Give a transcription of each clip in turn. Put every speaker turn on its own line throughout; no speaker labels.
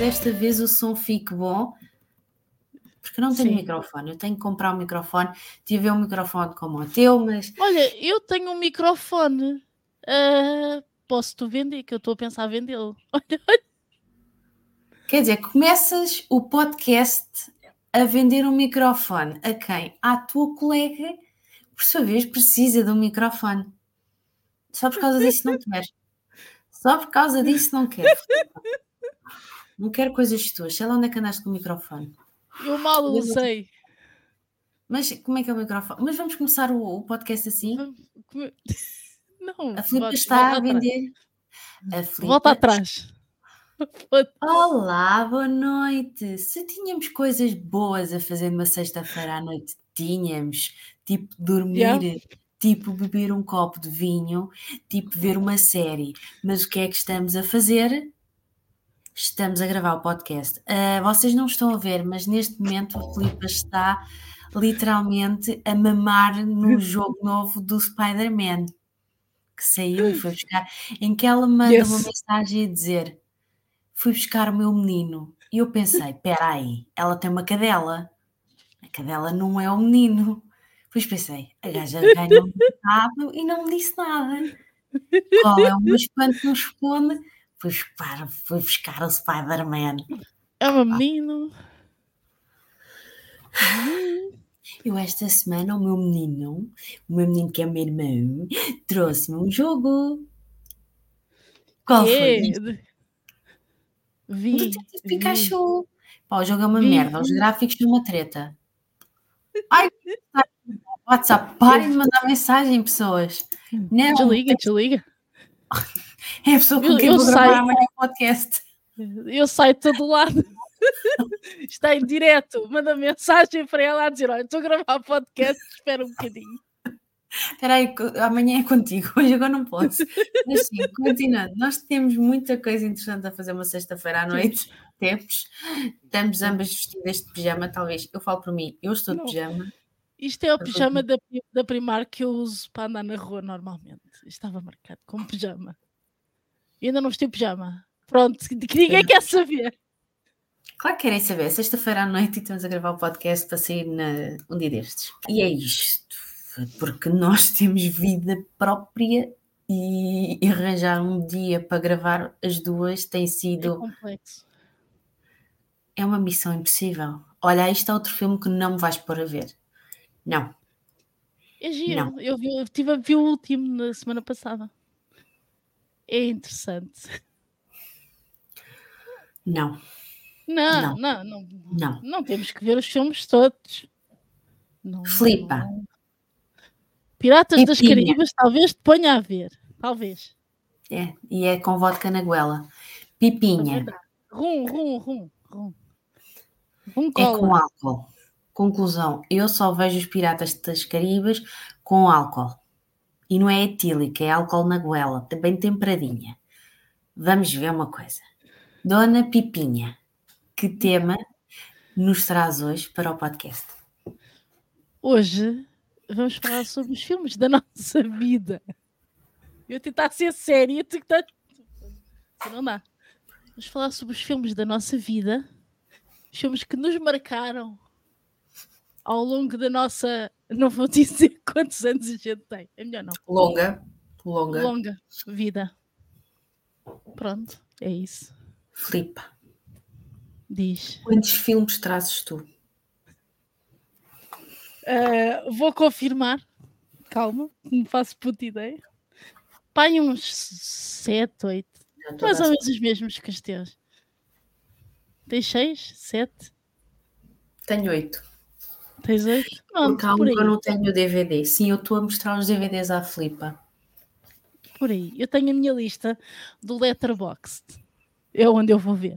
desta vez o som fique bom, porque não tenho microfone. Eu tenho que comprar um microfone. Tive um microfone como o teu, mas...
Olha, eu tenho um microfone. Posso-te vender, que eu estou a pensar em vendê-lo. Olha.
Quer dizer, começas o podcast a vender um microfone a quem? À tua colega, por sua vez, precisa de um microfone. Só por causa disso não quero. Só por causa disso não quero. Não quero coisas tuas. Sei lá onde é que andaste com o microfone.
Eu mal usei.
Mas como é que é o microfone? Mas vamos começar o podcast assim?
Não.
A Filipa está a vender. A Filipa...
Volta atrás.
Olá, boa noite. Se tínhamos coisas boas a fazer numa sexta-feira à noite, tínhamos. Tipo dormir, tipo beber um copo de vinho, tipo ver uma série. Mas o que é que estamos a fazer? Estamos a gravar o podcast. Vocês não estão a ver, mas neste momento a Filipa está literalmente a mamar no jogo novo do Spider-Man, que saiu e foi buscar, em que ela manda uma mensagem a dizer: fui buscar o meu menino. E eu pensei, espera aí, ela tem uma cadela. A cadela não é o menino. Depois pensei, a gaja ganhou um bocado e não me disse nada. Qual é o meu espanto não responde? Fui buscar o Spider-Man.
É um menino.
Eu esta semana o meu menino que é o meu irmão, trouxe-me um jogo. Qual foi?
Vi.
Detetive Pikachu. Pá, o jogo é uma merda, os gráficos são uma treta. Ai, WhatsApp, parem de mandar mensagem, pessoas. Não,
Desliga.
É a pessoa com quem vou gravar amanhã o podcast.
Eu saio de todo lado. Está em direto. Manda mensagem para ela a dizer: olha, estou a gravar podcast, espera um bocadinho.
Espera aí, amanhã é contigo, hoje agora não posso. Mas sim, continuando, nós temos muita coisa interessante a fazer uma sexta-feira à noite. Estamos ambas vestidas de pijama, talvez. Eu falo por mim, eu estou de pijama.
Isto é o pijama da Primark que eu uso para andar na rua normalmente. Estava marcado como pijama. E ainda não vesti o pijama. Pronto, que ninguém quer saber.
Claro que querem saber. Sexta-feira à noite e estamos a gravar o podcast para sair um dia destes. E é isto. Porque nós temos vida própria e arranjar um dia para gravar as duas tem sido...
É complexo.
É uma missão impossível. Olha, isto é outro filme que não me vais pôr a ver. Não.
É giro. Não. Eu estive a ver o último na semana passada. É interessante.
Não.
Não temos que ver os filmes todos.
Flipa.
Piratas das Caraíbas talvez te ponha a ver. Talvez.
É, e é com vodka na goela. Pipinha.
Rum.
É com álcool. Conclusão, eu só vejo os Piratas das Caraíbas com álcool. E não é etílica, é álcool na goela, bem temperadinha. Vamos ver uma coisa. Dona Pipinha, que tema nos traz hoje para o podcast?
Hoje vamos falar sobre os filmes da nossa vida. Eu tentar ser séria, se não dá. Vamos falar sobre os filmes da nossa vida, os filmes que nos marcaram ao longo da nossa... Não vou dizer quantos anos a gente tem. É melhor não.
Longa
vida. Pronto, é isso.
Flipa.
Diz.
Quantos filmes trazes tu?
Vou confirmar. Calma, não faço puta ideia. Pai, uns 7, 8. Mais ou menos os mesmos que os teus. Tens 6, 7?
Tenho 8.
Tens 8? Não,
porque há um que eu não tenho DVD. Sim, eu estou a mostrar os DVDs à Flipa.
Por aí. Eu tenho a minha lista do Letterboxd. É onde eu vou ver.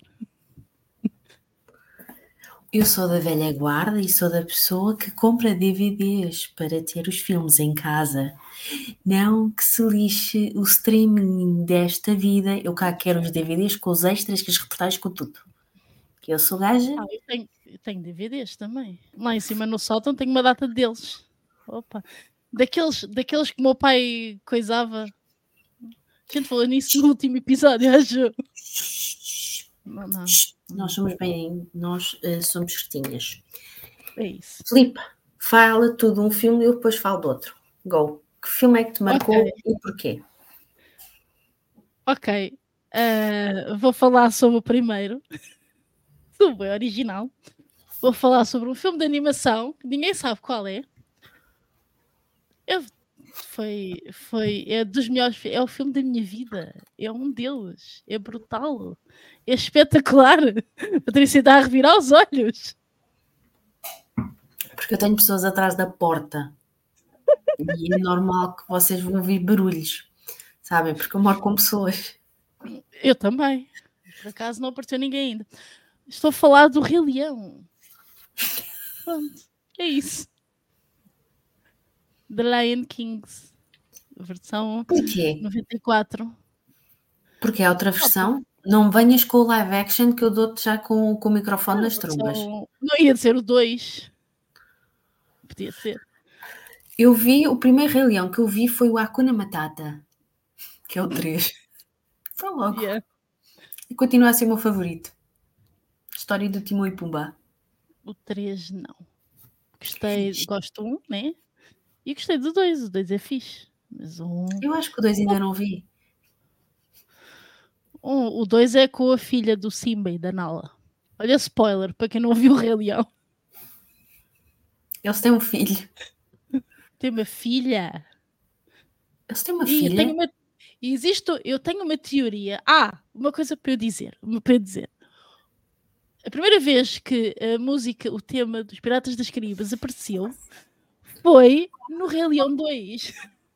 Eu sou da velha guarda e sou da pessoa que compra DVDs para ter os filmes em casa. Não que se lixe o streaming desta vida. Eu cá quero os DVDs com os extras, com as reportagens, com tudo. Que eu sou gaja.
Eu tenho DVDs também. Lá em cima no sótão tenho uma data deles. Opa. Daqueles que o meu pai coisava. A gente falou nisso no último episódio, acho. Não.
Nós somos somos certinhas.
É isso.
Filipe, fala tu de um filme e eu depois falo de outro. Go. Que filme é que te marcou e porquê?
Ok. Vou falar sobre o primeiro. Sobre o original. Vou falar sobre um filme de animação que ninguém sabe qual é. É dos melhores. É o filme da minha vida. É um deles. É brutal. É espetacular. Patrícia está a revirar os olhos.
Porque eu tenho pessoas atrás da porta. E é normal que vocês vão ouvir barulhos. Sabem? Porque eu moro com pessoas.
Eu também. Por acaso não apareceu ninguém ainda. Estou a falar do Rei Leão. Pronto. É isso. The Lion Kings. Versão
Porquê?
94.
Porque é outra versão. Não venhas com o live action que eu dou-te já com o microfone nas trombas.
Não ia ser o 2. Podia ser.
Eu vi, o primeiro Rei Leão que eu vi foi o Hakuna Matata, que é o 3. Foi logo.
Yeah.
E continua a ser o meu favorito. História do Timão e Pumba.
O 3 não. Gosto do 1, né? E gostei do 2. O 2 é fixe. Mas
Eu acho que o 2 ainda não vi.
O 2 é com a filha do Simba e da Nala. Olha, spoiler para quem não viu o Rei Leão.
Eles têm um filho.
Tem uma filha.
Eles têm uma filha?
Eu tenho uma teoria. Uma coisa para eu dizer. A primeira vez que a música, o tema dos Piratas das Caraíbas apareceu foi no Rei Leão 2.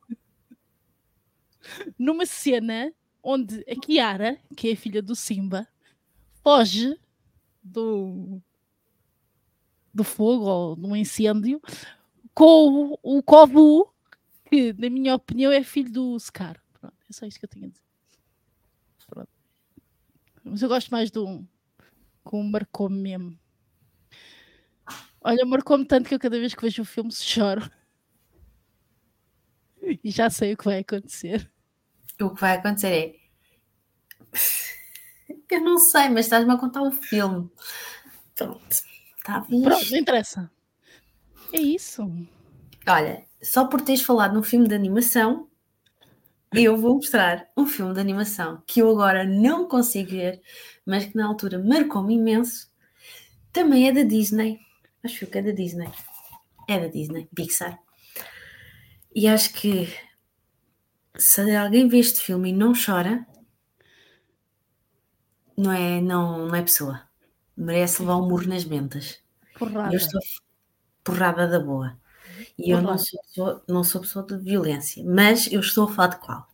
Numa cena onde a Kiara, que é a filha do Simba, foge do fogo ou de um incêndio com o Kovu, que na minha opinião é filho do Scar. Pronto, é só isto que eu tenho a dizer. Pronto. Mas eu gosto mais do 1, com o marcou-me mesmo. Olha, marcou-me tanto que eu cada vez que vejo o filme choro. E já sei o que vai acontecer.
O que vai acontecer é... Eu não sei, mas estás-me a contar o filme. Pronto. Está fixe.
Pronto, não interessa. É isso.
Olha, só por teres falado num filme de animação, eu vou mostrar um filme de animação que eu agora não consigo ver, mas que na altura marcou-me imenso. Também é da Disney. Acho que é da Disney. É da Disney, Pixar. E acho que se alguém vê este filme e não chora, não é pessoa. Merece levar um murro nas mentas.
Porrada.
E eu estou porrada da boa. E eu não sou pessoa de violência, mas eu estou a falar de qual?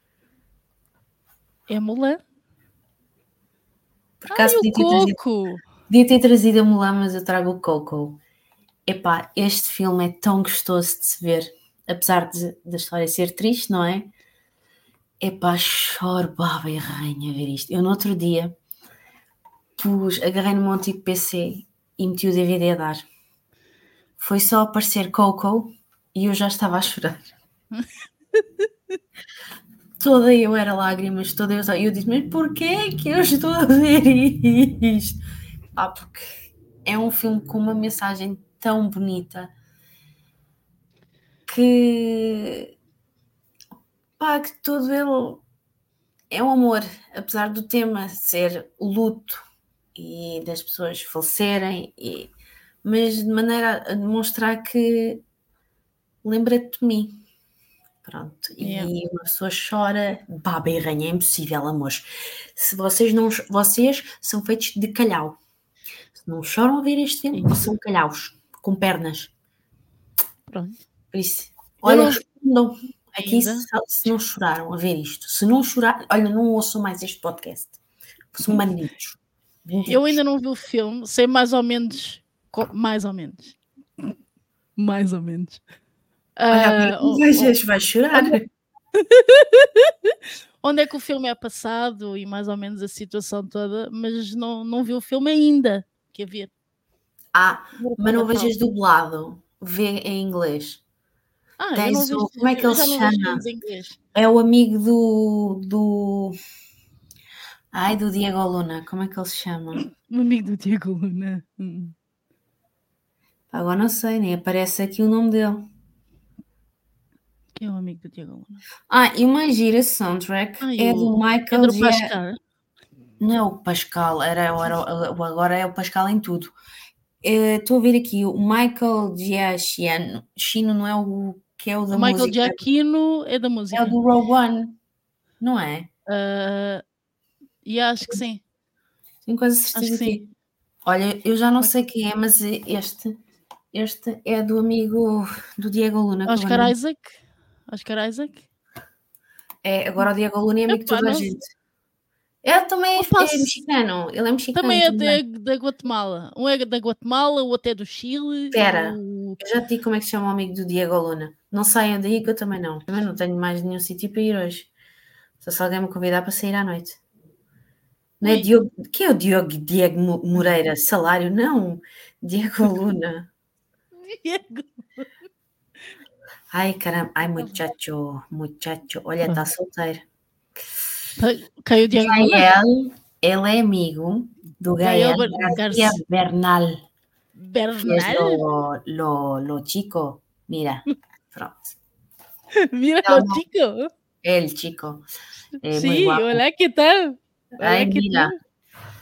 É Mulan?
Por acaso podia ter trazido a Mulan, mas eu trago o Coco. Epá, este filme é tão gostoso de se ver, apesar da história ser triste, não é? Epá, choro, baba e rainha a ver isto. Eu no outro dia agarrei no meu antigo PC e meti o DVD a dar. Foi só aparecer Coco e eu já estava a chorar. Toda eu era lágrimas, toda eu. E eu disse, mas porquê que eu estou a ver isto? Porque é um filme com uma mensagem tão bonita que todo ele é um amor, apesar do tema ser o luto e das pessoas falecerem, mas de maneira a demonstrar que lembra-te de mim. Pronto, e uma pessoa chora, baba e ranha, é impossível, amores. Se vocês são feitos de calhau. Se não choram a ver este filme, são calhaus, com pernas.
Pronto.
Por isso, olha, respondam aqui se não choraram a ver isto. Se não chorar, olha, não ouçam mais este podcast. São manitos.
Eu ainda não vi o filme, sei mais ou menos.
Olha, vai chorar.
Onde é que o filme é passado e mais ou menos a situação toda, mas não vi o filme ainda. Quer ver?
Mas não vejas dublado. Vê em inglês.
Eu não vejo,
como é que ele se chama? É o amigo Ai, do Diego Luna, como é que ele se chama?
Um amigo do Diego Luna.
Agora não sei, nem aparece aqui o nome dele.
Quem é o amigo do Diego Luna?
E uma gira soundtrack é do
o
Michael
Pedro Pascal.
Não é o Pascal, agora é o Pascal em tudo. Estou a ver aqui o Michael Giacchino. Chino não é o que é o da
O Michael
música.
Giacchino é da
É o
música.
do Rogue One, não é?
E acho que sim.
Tenho quase
Acho
certeza
que
que
sim.
Olha, eu já não sei quem é, mas este é do amigo do Diego Luna. que
Oscar
agora não-
Isaac. Oscar Isaac.
Agora o Diego Luna é amigo de
Epá,
toda a
não
gente. Ele também
Opa,
é mexicano. Ele é mexicano
também é
também.
da Guatemala. Um é da Guatemala, o outro é do Chile.
Espera, eu já te digo como é que se chama o amigo do Diego Luna. Não saiam daí que eu também não. Também não tenho mais nenhum sítio para ir hoje. Só se alguém me convidar para sair à noite. Não é
Ui.
Diogo. Quem é o Diego Moreira? Salário? Não. Diego Luna.
Diego.
Ai, caramba. Ai, muchacho. Olha, está solteiro.
Caiu o Diego Luna?
Ele é amigo do
Gael
Gael García Bernal. Que es
Bernal?
lo chico. Mira, pronto.
Mira
No,
o
no,
chico.
el chico. Muy
Sí,
guapo.
hola, ¿qué tal?
Ai,
Hola, ¿qué
mira.
tal?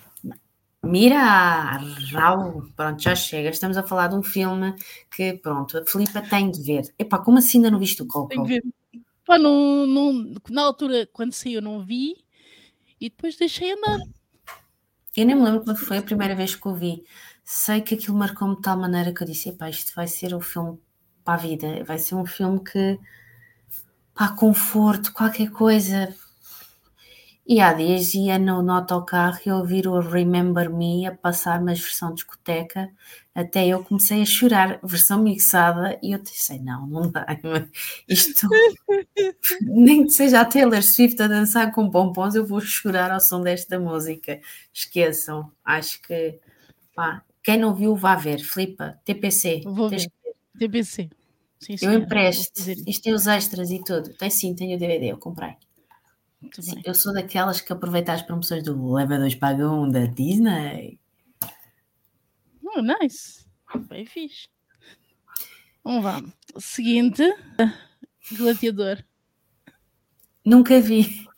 Mira, Raul, pronto, já chega. Estamos a falar de um filme que, pronto, a Filipa tem de ver. Epá, como assim ainda não viste o
Tenho
Coco?
que ver. Pá, não, na altura, quando saiu, não vi e depois deixei andar.
Eu nem me lembro quando foi a primeira vez que o vi. Sei que aquilo marcou-me de tal maneira que eu disse, epá, isto vai ser um filme para a vida. Vai ser um filme que, pá, conforto, qualquer coisa. E há dias ia no autocarro e ouvir o Remember Me a passar uma versão discoteca, até eu comecei a chorar, versão mixada, e eu disse, não dá, isto, nem que seja a Taylor Swift a dançar com pompons, eu vou chorar ao som desta música, esqueçam, acho que, pá, quem não viu vá ver, flipa, TPC,
Vou
tens
ver.
que ver.
TBC. Sim,
Eu
senhora. Vou
empresto,
fazer isso.
isto tem os extras e tudo, tenho o DVD, eu comprei.
Muito
Sim,
bem.
eu sou daquelas que aproveita as promoções do Leva 2 Paga 1 da Disney.
Oh, nice. Bem fixe. Vamos lá. Seguinte. Gladiador.
Nunca vi.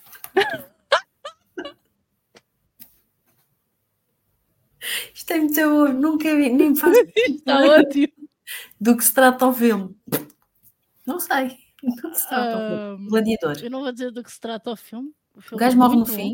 Isto é muito bom, nunca vi, nem faço
Está ótimo.
do que se trata o filme. Não sei. Do que se trata o filme. Gladiador.
Eu não vou dizer do que se trata o filme. O
O
filme é
gajo morre no
muito bom.
fim.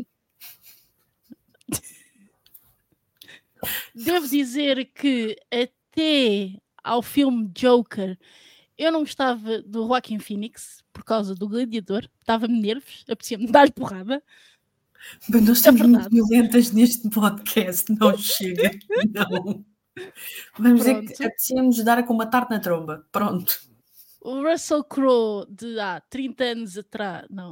Devo dizer que até ao filme Joker eu não gostava do Joaquin Phoenix por causa do Gladiador. Estava-me nervos, apetecia-me dar-lhe porrada.
Mas nós
É
estamos muito
verdade.
violentas neste podcast. Não chega. Não. Vamos dizer que
Pronto.
apetecia-nos dar com uma tarte na tromba. Pronto.
O Russell Crowe de há 30 anos atrás, não,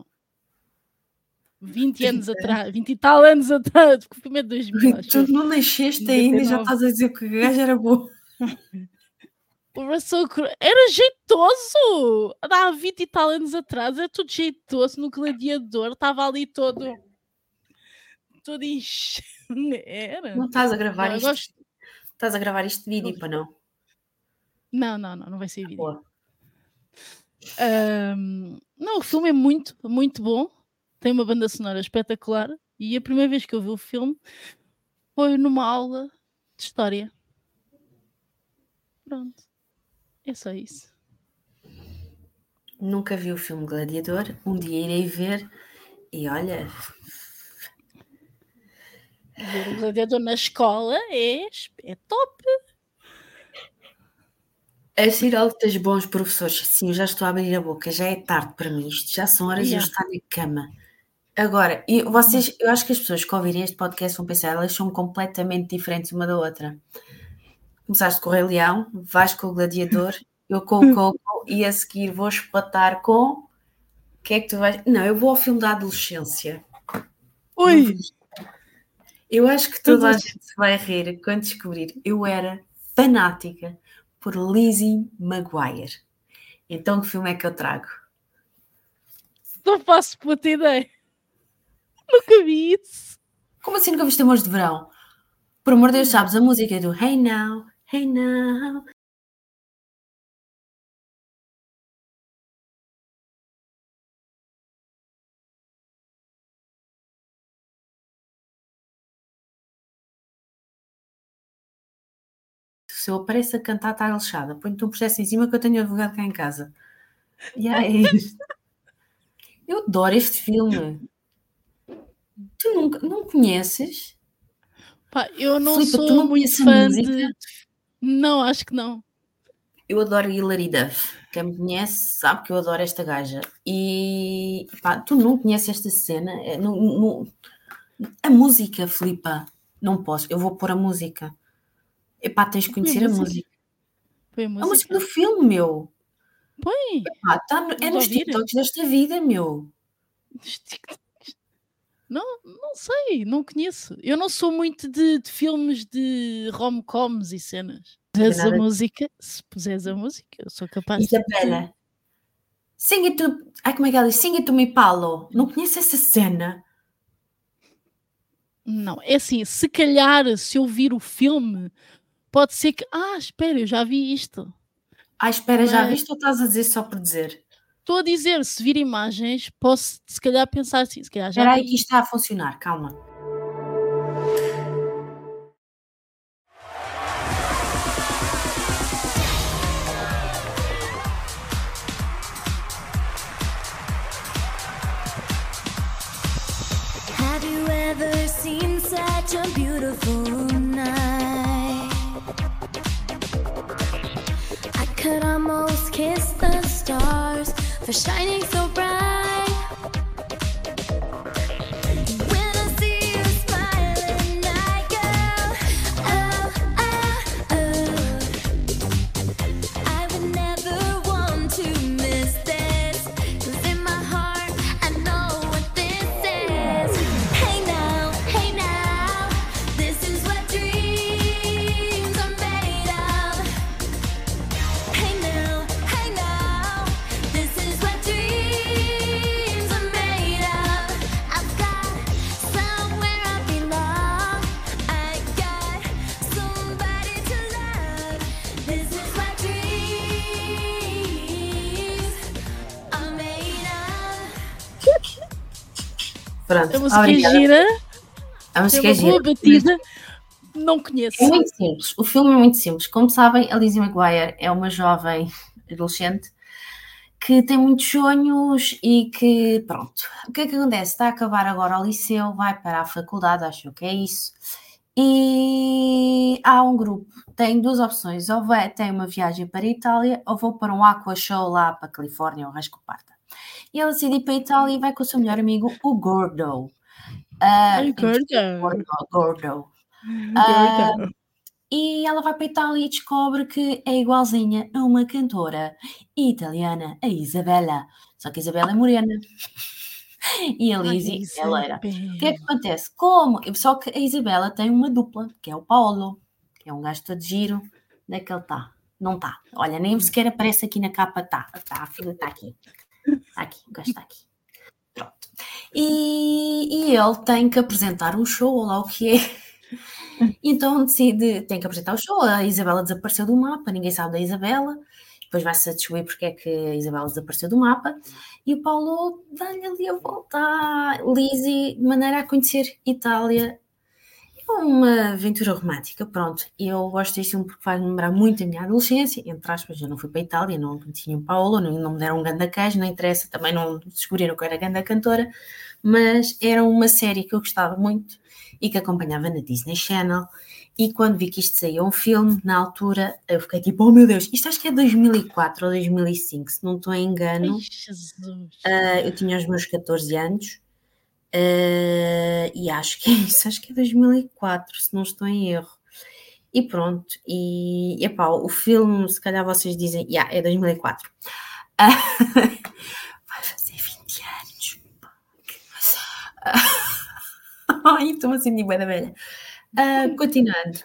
20 anos atrás, 20 e tal anos atrás, porque o filme é de 2000, acho
Tu
eu.
não nasceste ainda e já
99.
estás a dizer que o gajo era bom.
O Russell Crowe era jeitoso! Há 20 e tal anos atrás era tudo jeitoso no Gladiador, estava ali todo era.
Não estás a gravar
Não, eu
isto.
gosto.
Estás a gravar este vídeo para não?
Não vai ser vídeo.
Boa.
Não, o filme é muito, muito bom. Tem uma banda sonora espetacular. E a primeira vez que eu vi o filme foi numa aula de história. Pronto. É só isso.
Nunca vi o filme Gladiador. Um dia irei ver e olha,
Ver o Gladiador na escola é top.
é sinal que tens bons professores. Sim, eu já estou a abrir a boca, já é tarde para mim. Isto já são horas de eu
Yeah.
estar na cama. Agora, eu acho que as pessoas que ouvirem este podcast vão pensar, elas são completamente diferentes uma da outra. Começaste com o Rei Leão, vais com o Gladiador, eu com o Coco e a seguir vou espatar com. O que é que tu vais. Não, eu vou ao filme da adolescência.
Ui!
Eu acho que toda a gente se vai rir quando descobrir. Eu era fanática por Lizzie McGuire. Então, que filme é que eu trago?
Não faço puta ideia. Nunca vi isso.
Como assim nunca viste Amores de Verão? Por amor de Deus, sabes a música do Hey Now, Hey Now. Se eu apareço a cantar, está Alexada. Põe-te um processo em cima que eu tenho advogado cá em casa. E é isto. Eu adoro este filme. Tu nunca, não conheces?
Pá, eu não
Filipa, tu
sou
não
muito
conheces a
fã
música?
de... Não, acho que não.
Eu adoro Hilary Duff. Quem me conhece sabe que eu adoro esta gaja. E pá, tu não conheces esta cena? A música, Filipa. Não posso. Eu vou pôr a música. Epá, tens que
Põe a
conhecer a
música.
música.
Põe a
A música
música.
do filme, meu.
Põe.
Epá, é
Vamos
nos
ouvir.
TikToks desta vida, meu.
Não sei, não conheço. Eu não sou muito de filmes de rom-coms e cenas. Se puseres a música, eu sou capaz de...
Isabela. Sing it to... Ai, como é que ela diz? Sing it to me, Paulo. Não conheço essa cena?
Não, é assim, se calhar, se eu vir o filme, pode ser que... espera, eu já vi isto.
Ai, espera, já
Mas
viste ou estás a dizer só por dizer?
estou a dizer, se vir imagens, posso se calhar pensar assim, se calhar já
Espera aí que
vi.
isto está a funcionar, calma.
Have you ever seen such a beautiful night? I could almost kiss the stars for shining so bright. When I see you smiling, I go, oh, oh, oh. I would never want to miss this, 'cause in my heart I know what this is. Hey now, this is what dreams are made of. Hey now, this is what dreams are made of. I've got somewhere I belong. I got somebody to love. This is what dreams are made of.
Pronto,
A música é
obrigada.
gira,
A
tem
música é
uma
gira.
boa batida. Não conheço.
É muito simples. O filme é muito simples. Como sabem, a Lizzie McGuire é uma jovem adolescente que tem muitos sonhos e que, pronto, o que é que acontece? Está a acabar agora o liceu, vai para a faculdade, acho que é isso, e há um grupo, tem duas opções, ou tem uma viagem para a Itália, ou vou para um aqua show lá para a Califórnia, ou rasco parta. E ela decide ir para a Itália e vai com o seu melhor amigo, o Gordo. Gordo. E ela vai para a Itália e descobre que é igualzinha a uma cantora italiana, a Isabella. Só que a Isabella é morena. E a Lizzie é loira. O que é que acontece? Só que a Isabella tem uma dupla, que é o Paolo, que é um gajo todo giro. Onde é que ele está? Não está. Olha, nem sequer aparece aqui na capa. Está, a filha está aqui. Está aqui, o gajo está aqui. Pronto. E ele tem que apresentar um show, ou lá o que é. Então tem que apresentar o show. A Isabela desapareceu do mapa, ninguém sabe da Isabela. Depois vai-se a descobrir porque é que a Isabela desapareceu do mapa. E o Paulo dá-lhe ali a volta à Lizzie de maneira a conhecer Itália. É uma aventura romântica, pronto. Eu gosto deste filme porque faz-me lembrar muito a minha adolescência. Entre aspas, eu não fui para a Itália, não tinha um Paulo, não me deram um ganda queijo, não interessa, também não descobriram que eu era ganda cantora. Mas era uma série que eu gostava muito e que acompanhava na Disney Channel, e quando vi que isto saía um filme, na altura, eu fiquei tipo, oh meu Deus, isto acho que é 2004 ou 2005, se não estou em engano.
Ai, Jesus.
Eu tinha os meus 14 anos, e acho que é isso, acho que é 2004, se não estou em erro. E pronto, e epá, o filme, se calhar vocês dizem, é 2004. Vai fazer 20 anos. Ai, estou-me a sentir bué da velha. Continuando.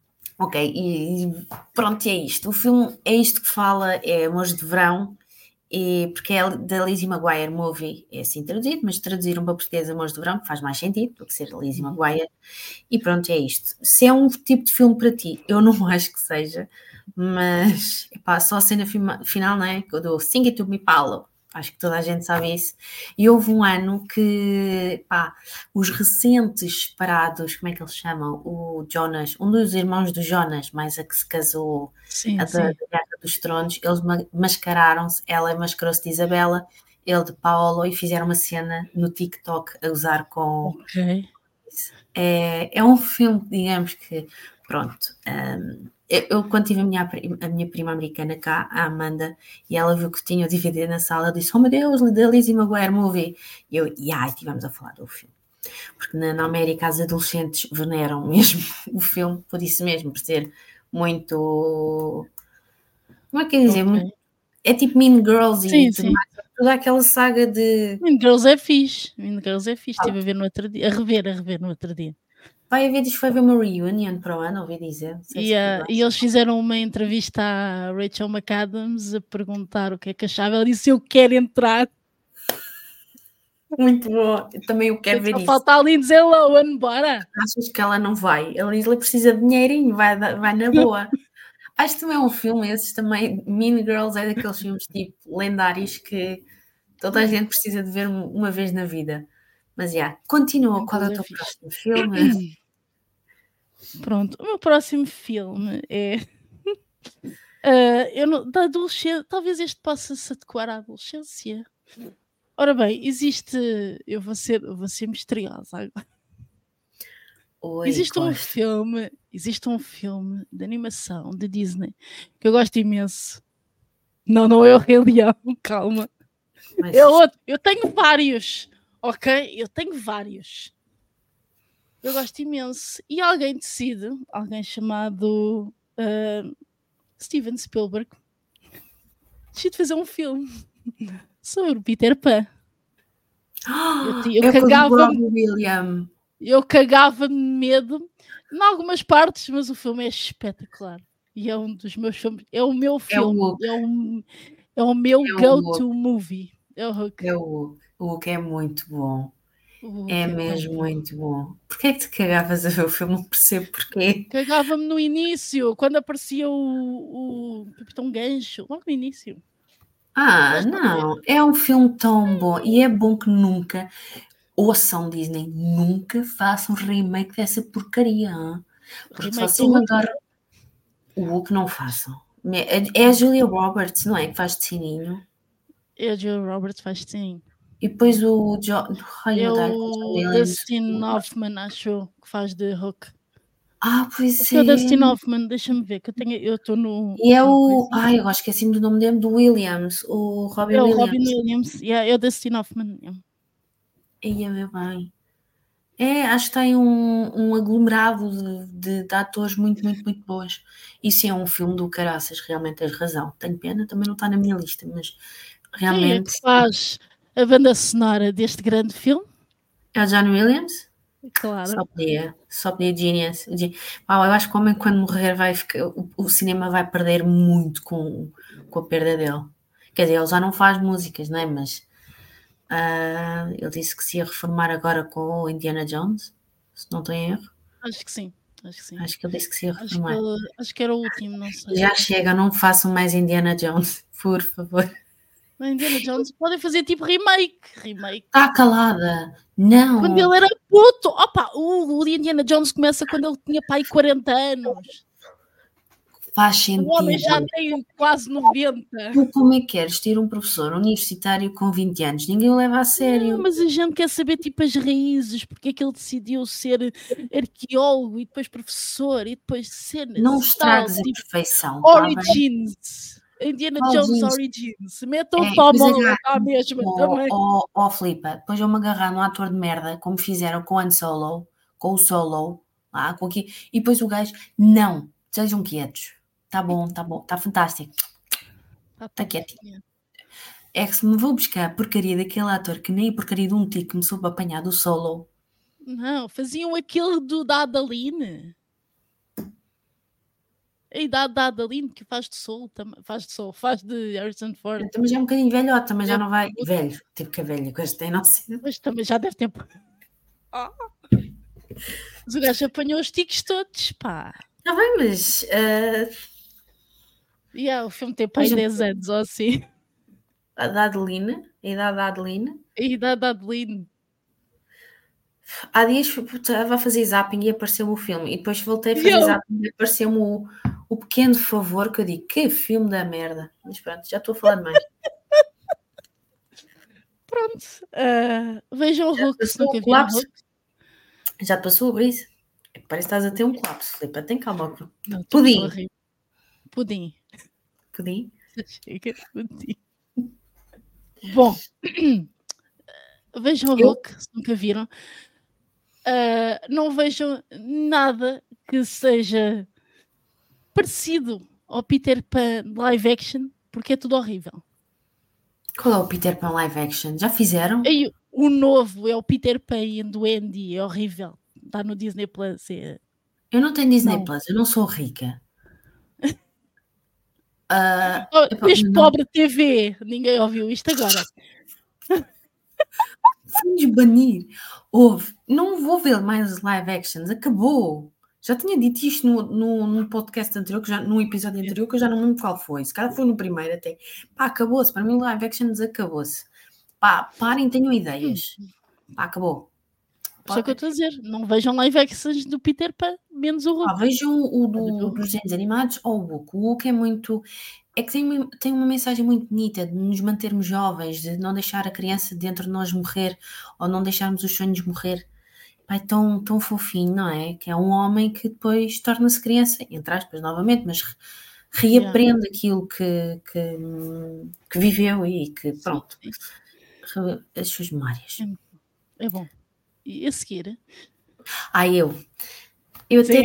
Ok, e pronto, é isto. O filme é isto que fala, é Amores de Verão, porque é da Lizzie McGuire Movie, é assim traduzido, mas traduziram para português Amores do Verão, que faz mais sentido do que ser a Lizzie McGuire. E pronto, é isto. Se é um tipo de filme para ti, eu não acho que seja, mas epá, só a cena final, não é? Do Sing It To Me, Paulo. Acho que toda a gente sabe isso. E houve um ano que, pá, os recentes parados, como é que eles chamam? O Jonas, um dos irmãos do Jonas, mais a que se casou,
Sim,
a da
sim.
Guerra dos Tronos, eles mascararam-se, ela mascarou-se de Isabela, ele de Paolo, e fizeram uma cena no TikTok a usar com...
Ok.
É um filme, digamos que, pronto, eu quando tive a minha prima americana cá, a Amanda, e ela viu que tinha o DVD na sala, disse, oh meu Deus, da Lizzie McGuire Movie. E eu, e estivemos a falar do filme. Porque na América os adolescentes veneram mesmo o filme, por isso mesmo, por ser muito... Como é que é dizer?
Ok.
É tipo Mean Girls
Sim,
e tudo
sim.
mais. Toda aquela saga de...
Mean Girls é fixe. Mean Girls é fixe. Estive a ver no outro dia. A rever no outro dia.
Vai haver, diz que vai haver uma reunion para o ano, ouvi dizer. Não sei se vai.
E eles fizeram uma entrevista à Rachel McAdams a perguntar o que é que achava. Ela disse: Eu quero entrar.
Muito bom. Também eu quero ver
Só
isso.
falta ali dizer Lohan, bora.
Achas que ela não vai? Ela diz que precisa de dinheirinho, vai na boa. Acho que também é um filme, esses também, Mean Girls é daqueles filmes tipo lendários que toda a gente precisa de ver uma vez na vida. Mas já, continua, qual é o teu próximo filme?
Pronto, o meu próximo filme é. Da adolescência, talvez este possa se adequar à adolescência. Ora bem, existe. Eu vou ser misteriosa agora.
Oi,
Existe um filme de animação de Disney que eu gosto imenso. Não é o Rei Leão, calma.
mas
É outro. Eu tenho vários, ok? Eu tenho vários. Eu gosto imenso. E alguém chamado Steven Spielberg, decide fazer um filme sobre o Peter Pan. Eu
é com o
cagava-me
Robbie Williams.
Eu cagava-me de medo em algumas partes, mas o filme é espetacular. E é um dos meus filmes. É o meu filme.
Hulk.
É o meu
É o
go-to movie. É o Hulk.
É o Hulk. O Hulk é muito bom.
O Hulk
É
tão
mesmo
bom.
muito bom. Porquê é que te cagavas a ver o filme? Não percebo porquê.
Cagava-me no início, quando aparecia o Capitão Gancho. Logo no início.
Não. É um filme tão bom. E é bom que nunca, ouçam Disney, nunca façam remake dessa porcaria. Hein? Porque se
Remake
você
do Hulk.
agarra o Hulk, não façam. É a Julia Roberts, não é? Que faz de sininho.
É a Julia Roberts faz sim.
E depois o John. Ai,
É
meu Deus,
o
Williams.
Dustin Hoffman, acho, que faz de Hulk.
Pois
Acho que é o
é.
Dustin Hoffman, deixa-me ver, que eu estou no.
E é
no
o.
coisa.
Ai, eu esqueci-me do nome dele, do Williams, o Robbie
É o
Williams.
Robin Williams, é o Dustin Hoffman. Yeah.
Ia ver bem. Acho que tem um aglomerado de atores muito, muito, muito bons. Isso é um filme do caraças, realmente tens razão. Tenho pena, também não está na minha lista, mas
Quem é
realmente.
que faz a banda sonora deste grande filme?
É o John Williams?
Claro.
Só podia Genius. Eu acho que o homem, quando morrer, vai ficar, o cinema vai perder muito com a perda dele. Quer dizer, ele já não faz músicas, não é? Mas ele disse que se ia reformar agora com o Indiana Jones, se não estou em erro.
Acho que sim.
Acho que ele disse que se ia reformar.
Acho que era o último, não sei.
Já chega, não façam mais Indiana Jones, por favor.
Mas Indiana Jones podem fazer tipo remake.
Está calada. Não.
Quando ele era puto. Opa, o Indiana Jones começa quando ele tinha pai 40 anos.
Faz sentido.
O homem já tem quase 90.
Tu como é que queres ter um professor universitário com 20 anos? Ninguém o leva a sério.
Não, mas a gente quer saber tipo as raízes, porque é que ele decidiu ser arqueólogo e depois professor e depois cenas.
Não
e
estragues
tal,
a
tipo,
perfeição. Tá bem?
Origins. Indiana Jones Origins. Meta o
depois
Tom
agarra-
à mesma também.
Flipa, depois eu me agarrar num ator de merda, como fizeram com o Han Solo, com o Solo, lá, com aqui, e depois o gajo, não, sejam quietos. Tá bom, tá fantástico. Tá quietinho. É que se me vou buscar a porcaria daquele ator que nem a porcaria de um tico me soube apanhar do Solo.
Não, faziam aquele da Adaline. a idade da Adeline, que faz de Soul, faz de Harrison Ford.
Também já é um bocadinho velhota, mas já não vai. Velho, tipo que é velho, com este tem não sei.
Mas também já deve ter. Mas o gajo apanhou os tiques todos, pá.
Está bem, mas.
O filme tem pai 10 anos, ou assim.
A da Adeline, a idade da Adeline.
A idade da Adeline.
Há dias estava a fazer zapping e apareceu-me o filme. E depois voltei a fazer zapping e apareceu-me o Pequeno Favor, que eu digo, que filme da merda. Mas pronto, já estou a falar demais.
Pronto. Vejam o Hulk, se
passou
nunca
o
viram o
colapso?
Hulk.
Já te passou a brisa? Parece que estás a ter um colapso, Filipe. Tem calma.
Não,
Pudim.
Pudim.
Pudim?
Chega, pudim. Bom. Vejam o Hulk, se nunca viram. Não vejam nada que seja parecido ao Peter Pan live action, porque é tudo horrível.
Qual é o Peter Pan live action? Já fizeram?
E o novo é o Peter Pan and Wendy, é horrível. Está no Disney Plus.
Eu não tenho Disney
Não.
Plus, eu não sou rica.
Este pobre TV, ninguém ouviu isto agora.
Vamos banir. Não vou ver mais os live actions, acabou. Já tinha dito isto no podcast anterior, num episódio anterior, que eu já não me lembro qual foi. Se calhar foi no primeiro até. Pá, acabou-se. Para mim, live actions acabou-se. Pá, parem, tenham ideias. Pá, acabou.
Só que eu estou a dizer, não vejam live actions do Peter Pan, menos o Hulk.
Vejam o dos desenhos animados ou o Hulk. O Hulk é muito... É que tem uma mensagem muito bonita de nos mantermos jovens, de não deixar a criança dentro de nós morrer ou não deixarmos os sonhos morrer. É tão, tão fofinho, não é? Que é um homem que depois torna-se criança, entre aspas, novamente, mas reaprende aquilo que viveu e que, pronto, as suas memórias.
É bom. E a seguir?
Eu até...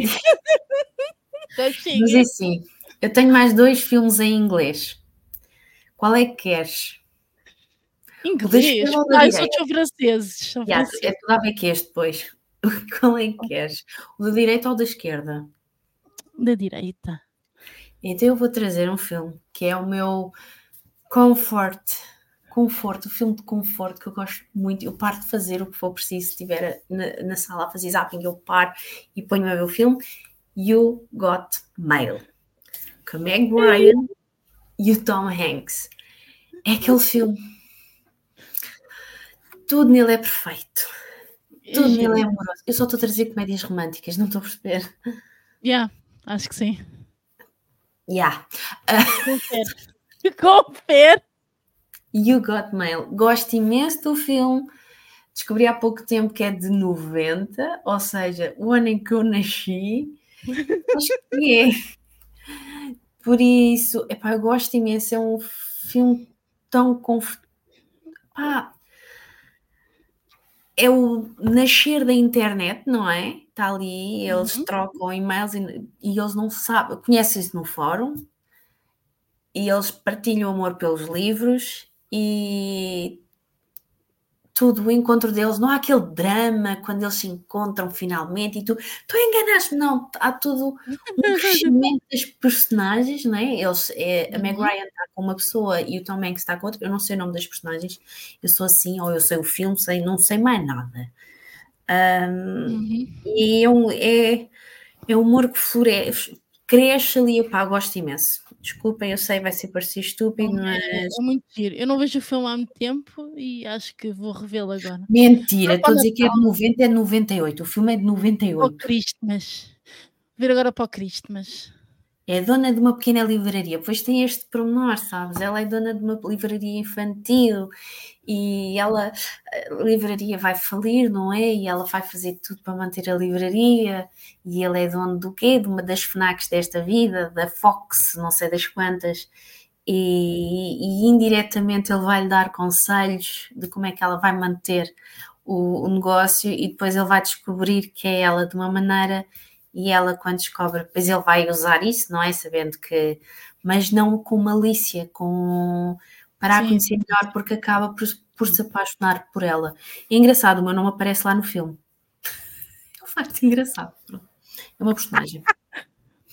Mas é assim, eu tenho mais 2 filmes em inglês. Qual é que queres?
Inglês? São franceses.
É tudo a ver que este depois. Qual é que queres? O da direita ou da esquerda?
Da direita.
Então eu vou trazer um filme que é o meu conforto, o filme de conforto que eu gosto muito. Eu paro de fazer o que for preciso. Se estiver na sala a fazer zapping, eu paro e ponho a ver o filme. You Got Mail, com a Meg Ryan e o Tom Hanks. É aquele filme. Tudo nele é perfeito. Tudo nele é amoroso. Eu só estou a trazer comédias românticas, não estou a perceber.
Acho que sim.
Confere. You Got Mail. Gosto imenso do filme. Descobri há pouco tempo que é de 90, ou seja, o ano em que eu nasci. Acho que é. Por isso, eu gosto imenso. É um filme tão confortável. É o nascer da internet, não é? Está ali, eles trocam e-mails e eles não sabem, conhecem-se no fórum e eles partilham amor pelos livros e tudo o encontro deles, não há aquele drama quando eles se encontram finalmente e tu enganaste, não, há tudo um crescimento das personagens, não é? A Meg Ryan está com uma pessoa e o Tom Hanks está com outra, eu não sei o nome das personagens, eu sou assim, ou eu sei o filme, não sei mais nada. E é um humor que floresce, cresce ali, gosto imenso. Desculpem, eu sei, vai ser parecer estúpido, mas...
É muito giro. Eu não vejo o filme há muito tempo e acho que vou revê-lo agora.
Mentira, estou a dizer que é de 90, é de 98. O filme é de 98.
Para o Christmas. Ver agora para o Christmas.
É dona de uma pequena livraria. Pois tem este pormenor, sabes? Ela é dona de uma livraria infantil e a livraria vai falir, não é? E ela vai fazer tudo para manter a livraria e ele é dono do quê? De uma das FNACs desta vida, da Fox, não sei das quantas. E indiretamente ele vai lhe dar conselhos de como é que ela vai manter o negócio e depois ele vai descobrir que é ela de uma maneira... E ela, quando descobre, depois ele vai usar isso, não é? Sabendo que... Mas não com malícia, para a conhecer melhor, porque acaba por se apaixonar por ela. É engraçado, o meu nome aparece lá no filme. É um facto engraçado. É uma personagem.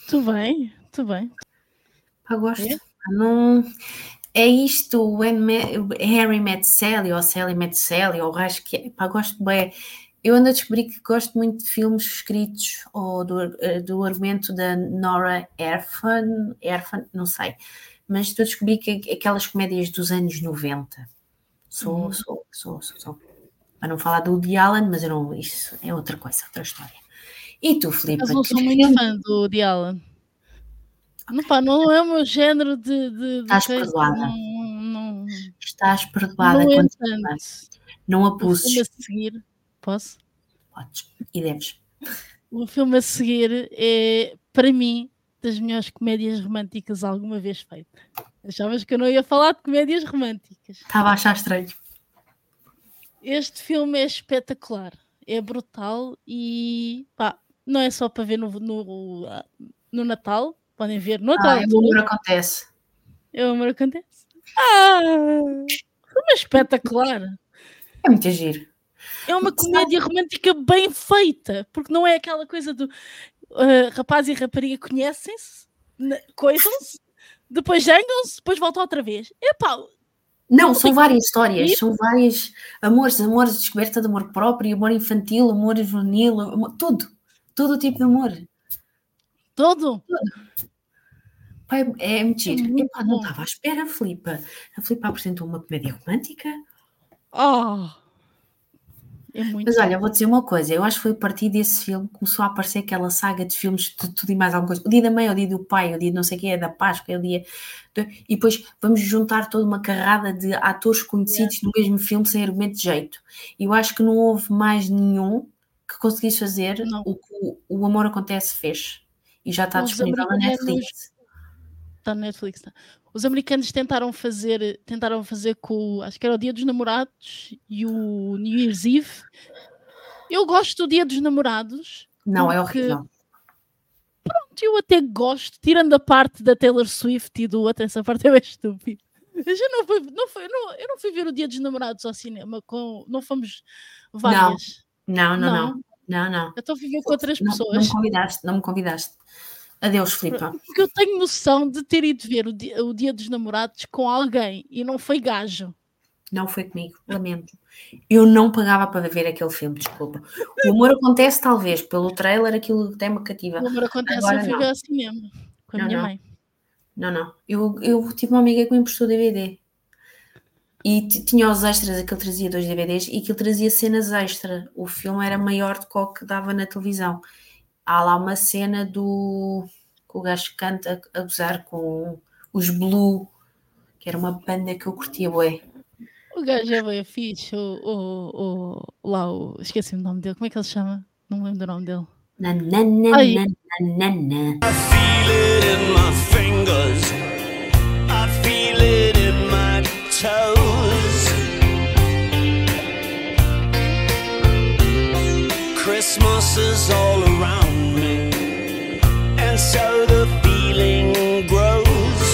Muito bem, muito bem.
Pá, gosto.
É?
Não... É isto, o Harry Met Sally, ou Sally Met Sally, ou acho que é. Pá, gosto bem. Eu ando a descobrir que gosto muito de filmes escritos ou do argumento da Nora Ephron, não sei. Mas estou a descobrir que aquelas comédias dos anos 90. Sou. Para não falar do Woody Allen, mas eu não, isso é outra coisa, outra história. E tu, Filipe?
Mas não sou muito fã do Woody Allen. Não, pá, não é o meu género de
Estás
coisa,
perdoada.
não,
Estás perdoada
no
quando
entanto,
não
o filme
abuses.
a seguir, posso?
Podes e deves.
O filme a seguir é, para mim, das melhores comédias românticas alguma vez feitas. Achavas que eu não ia falar de comédias românticas?
Estava a achar estranho.
Este filme é espetacular, é brutal e pá, não é só para ver no Natal, podem ver noutra
O
altura.
amor acontece.
É o amor acontece. Filme espetacular.
É muito giro.
É uma comédia romântica bem feita, porque não é aquela coisa do rapaz e rapariga conhecem-se, coisam-se, depois zangam-se, depois voltam outra vez. Epá,
Não, são várias histórias, são vários amores, descoberta de amor próprio, amor infantil, amor juvenil, tudo. Todo o tipo de amor.
todo.
Pá, é muito giro.
muito
Epá, não
bom.
estava à espera, a Filipe. A Filipe apresentou uma comédia romântica.
É muito
Mas
bom.
olha, vou dizer uma coisa, eu acho que foi a partir desse filme que começou a aparecer aquela saga de filmes de tudo e mais alguma coisa. O dia da mãe, o dia do pai, o dia de não sei o que, é da Páscoa, é o dia... E depois vamos juntar toda uma carrada de atores conhecidos no mesmo filme sem argumento de jeito. E eu acho que não houve mais nenhum que conseguisse fazer
Não.
o que o Amor Acontece fez. E já está
Os
disponível na
americanos-
Netflix.
Está na Netflix. Tá. Os americanos tentaram fazer com, acho que era o Dia dos Namorados e o New Year's Eve. Eu gosto do Dia dos Namorados.
Não, é
porque-
horrível.
Eu até gosto, tirando a parte da Taylor Swift e do outro, essa parte é bem estúpida. Eu já eu não fui ver o Dia dos Namorados ao cinema, não fomos várias.
Não.
Eu fui ver com outras
Não
pessoas.
não me convidaste. Adeus, Filipe.
Porque eu tenho noção de ter ido ver o dia dos Namorados com alguém e não foi gajo.
Não foi comigo, lamento. Eu não pagava para ver aquele filme, desculpa. O Amor Acontece, talvez, pelo trailer, aquilo até me cativa.
O amor acontece,
Agora
eu fui
não.
ver ao cinema com a minha
Não.
mãe.
Não. Eu tive uma amiga que me emprestou DVD. E tinha os extras, aquele trazia 2 DVDs e aquilo trazia cenas extra. O filme era maior do que o que dava na televisão. Há lá uma cena que o gajo canta a gozar com os Blue, que era uma banda que eu curtia bué.
O gajo é bem fixe. Esqueci-me o nome dele. Como é que ele se chama? Não me lembro do nome dele. Ai.
Nananana.
Feel it in my fingers. I feel it in my toes. Christmas is all around me, and so the feeling grows.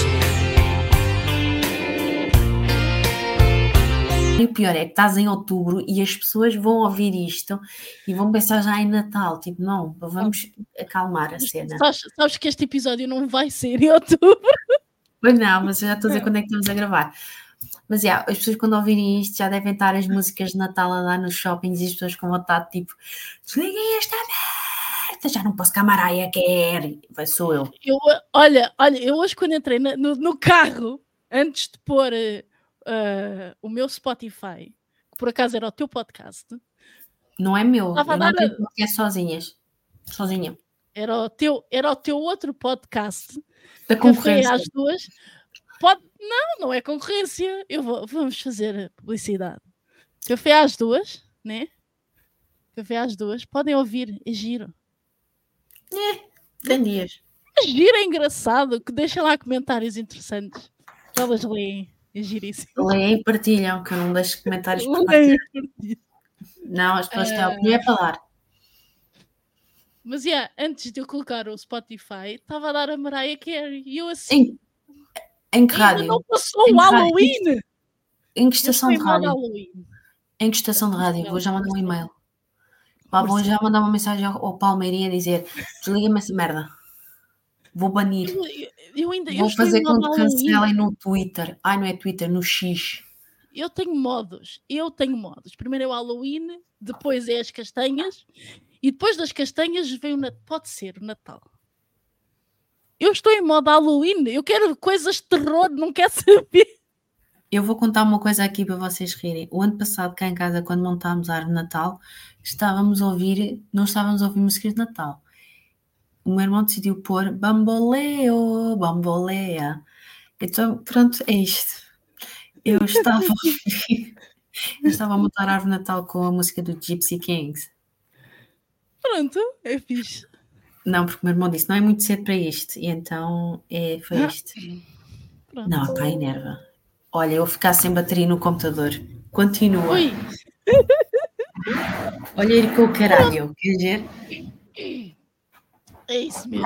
E o pior é que estás em outubro e as pessoas vão ouvir isto e vão pensar já em Natal. Tipo, não, vamos acalmar a cena.
Sabes que este episódio não vai ser em outubro.
Pois não, mas eu já estou a dizer quando é que estamos a gravar. Mas as pessoas quando ouvirem isto já devem estar as músicas de Natal a dar nos shoppings e as pessoas com vontade, tipo, desliguem esta merda, já não posso que a Mariah quer. Sou eu.
Olha, eu hoje quando entrei no carro, antes de pôr o meu Spotify, que por acaso era o teu podcast,
Não é meu,
Estava a
eu não
dar
tenho podcast sozinha.
era o teu outro podcast,
Da
Café
concorrência.
às 2. Não é concorrência. Vamos fazer publicidade. Café às 2, né? Café às 2. Podem ouvir, é giro.
Tem dias.
É giro, é engraçado. Que deixem lá comentários interessantes. Que elas leem. É giríssimo.
Leem e partilham, que eu não deixo comentários por
Leem
partilhar.
e partilham.
Não, as pessoas têm a opinião é para dar.
Mas antes de eu colocar o Spotify, estava a dar a Mariah Carey. E eu assim.
Em que
Ainda
rádio?
não passou
Em
o
que rádio?
Halloween.
Em que estação
Eu
de
estou em modo
rádio?
Halloween.
Em que estação de rádio? Vou já mandar um e-mail. Vou
Força.
já mandar uma mensagem ao Palmeirinho a dizer: desliga-me essa merda. Vou banir.
Eu ainda
Vou
estou em
fazer com
modo
que
Halloween.
cancelem no Twitter. Ai, não é Twitter, no X.
Eu tenho modos. Primeiro é o Halloween, depois é as castanhas, e depois das castanhas vem pode ser o Natal. Eu estou em modo Halloween. Eu quero coisas de terror, não quero saber.
Eu vou contar uma coisa aqui para vocês rirem. O ano passado, cá em casa, quando montámos a árvore de Natal, não estávamos a ouvir músicas de Natal. O meu irmão decidiu pôr Bamboleo, Bambolea. Então, pronto, é isto. Eu estava a montar a árvore de Natal com a música do Gypsy Kings.
Pronto, é fixe.
Não, porque o meu irmão disse, não é muito cedo para isto. E então, foi isto.
Pronto.
Não, pá, enerva. Olha, eu vou ficar sem bateria no computador. Continua.
Ui,
Olha aí com o caralho. Quer dizer?
é isso mesmo.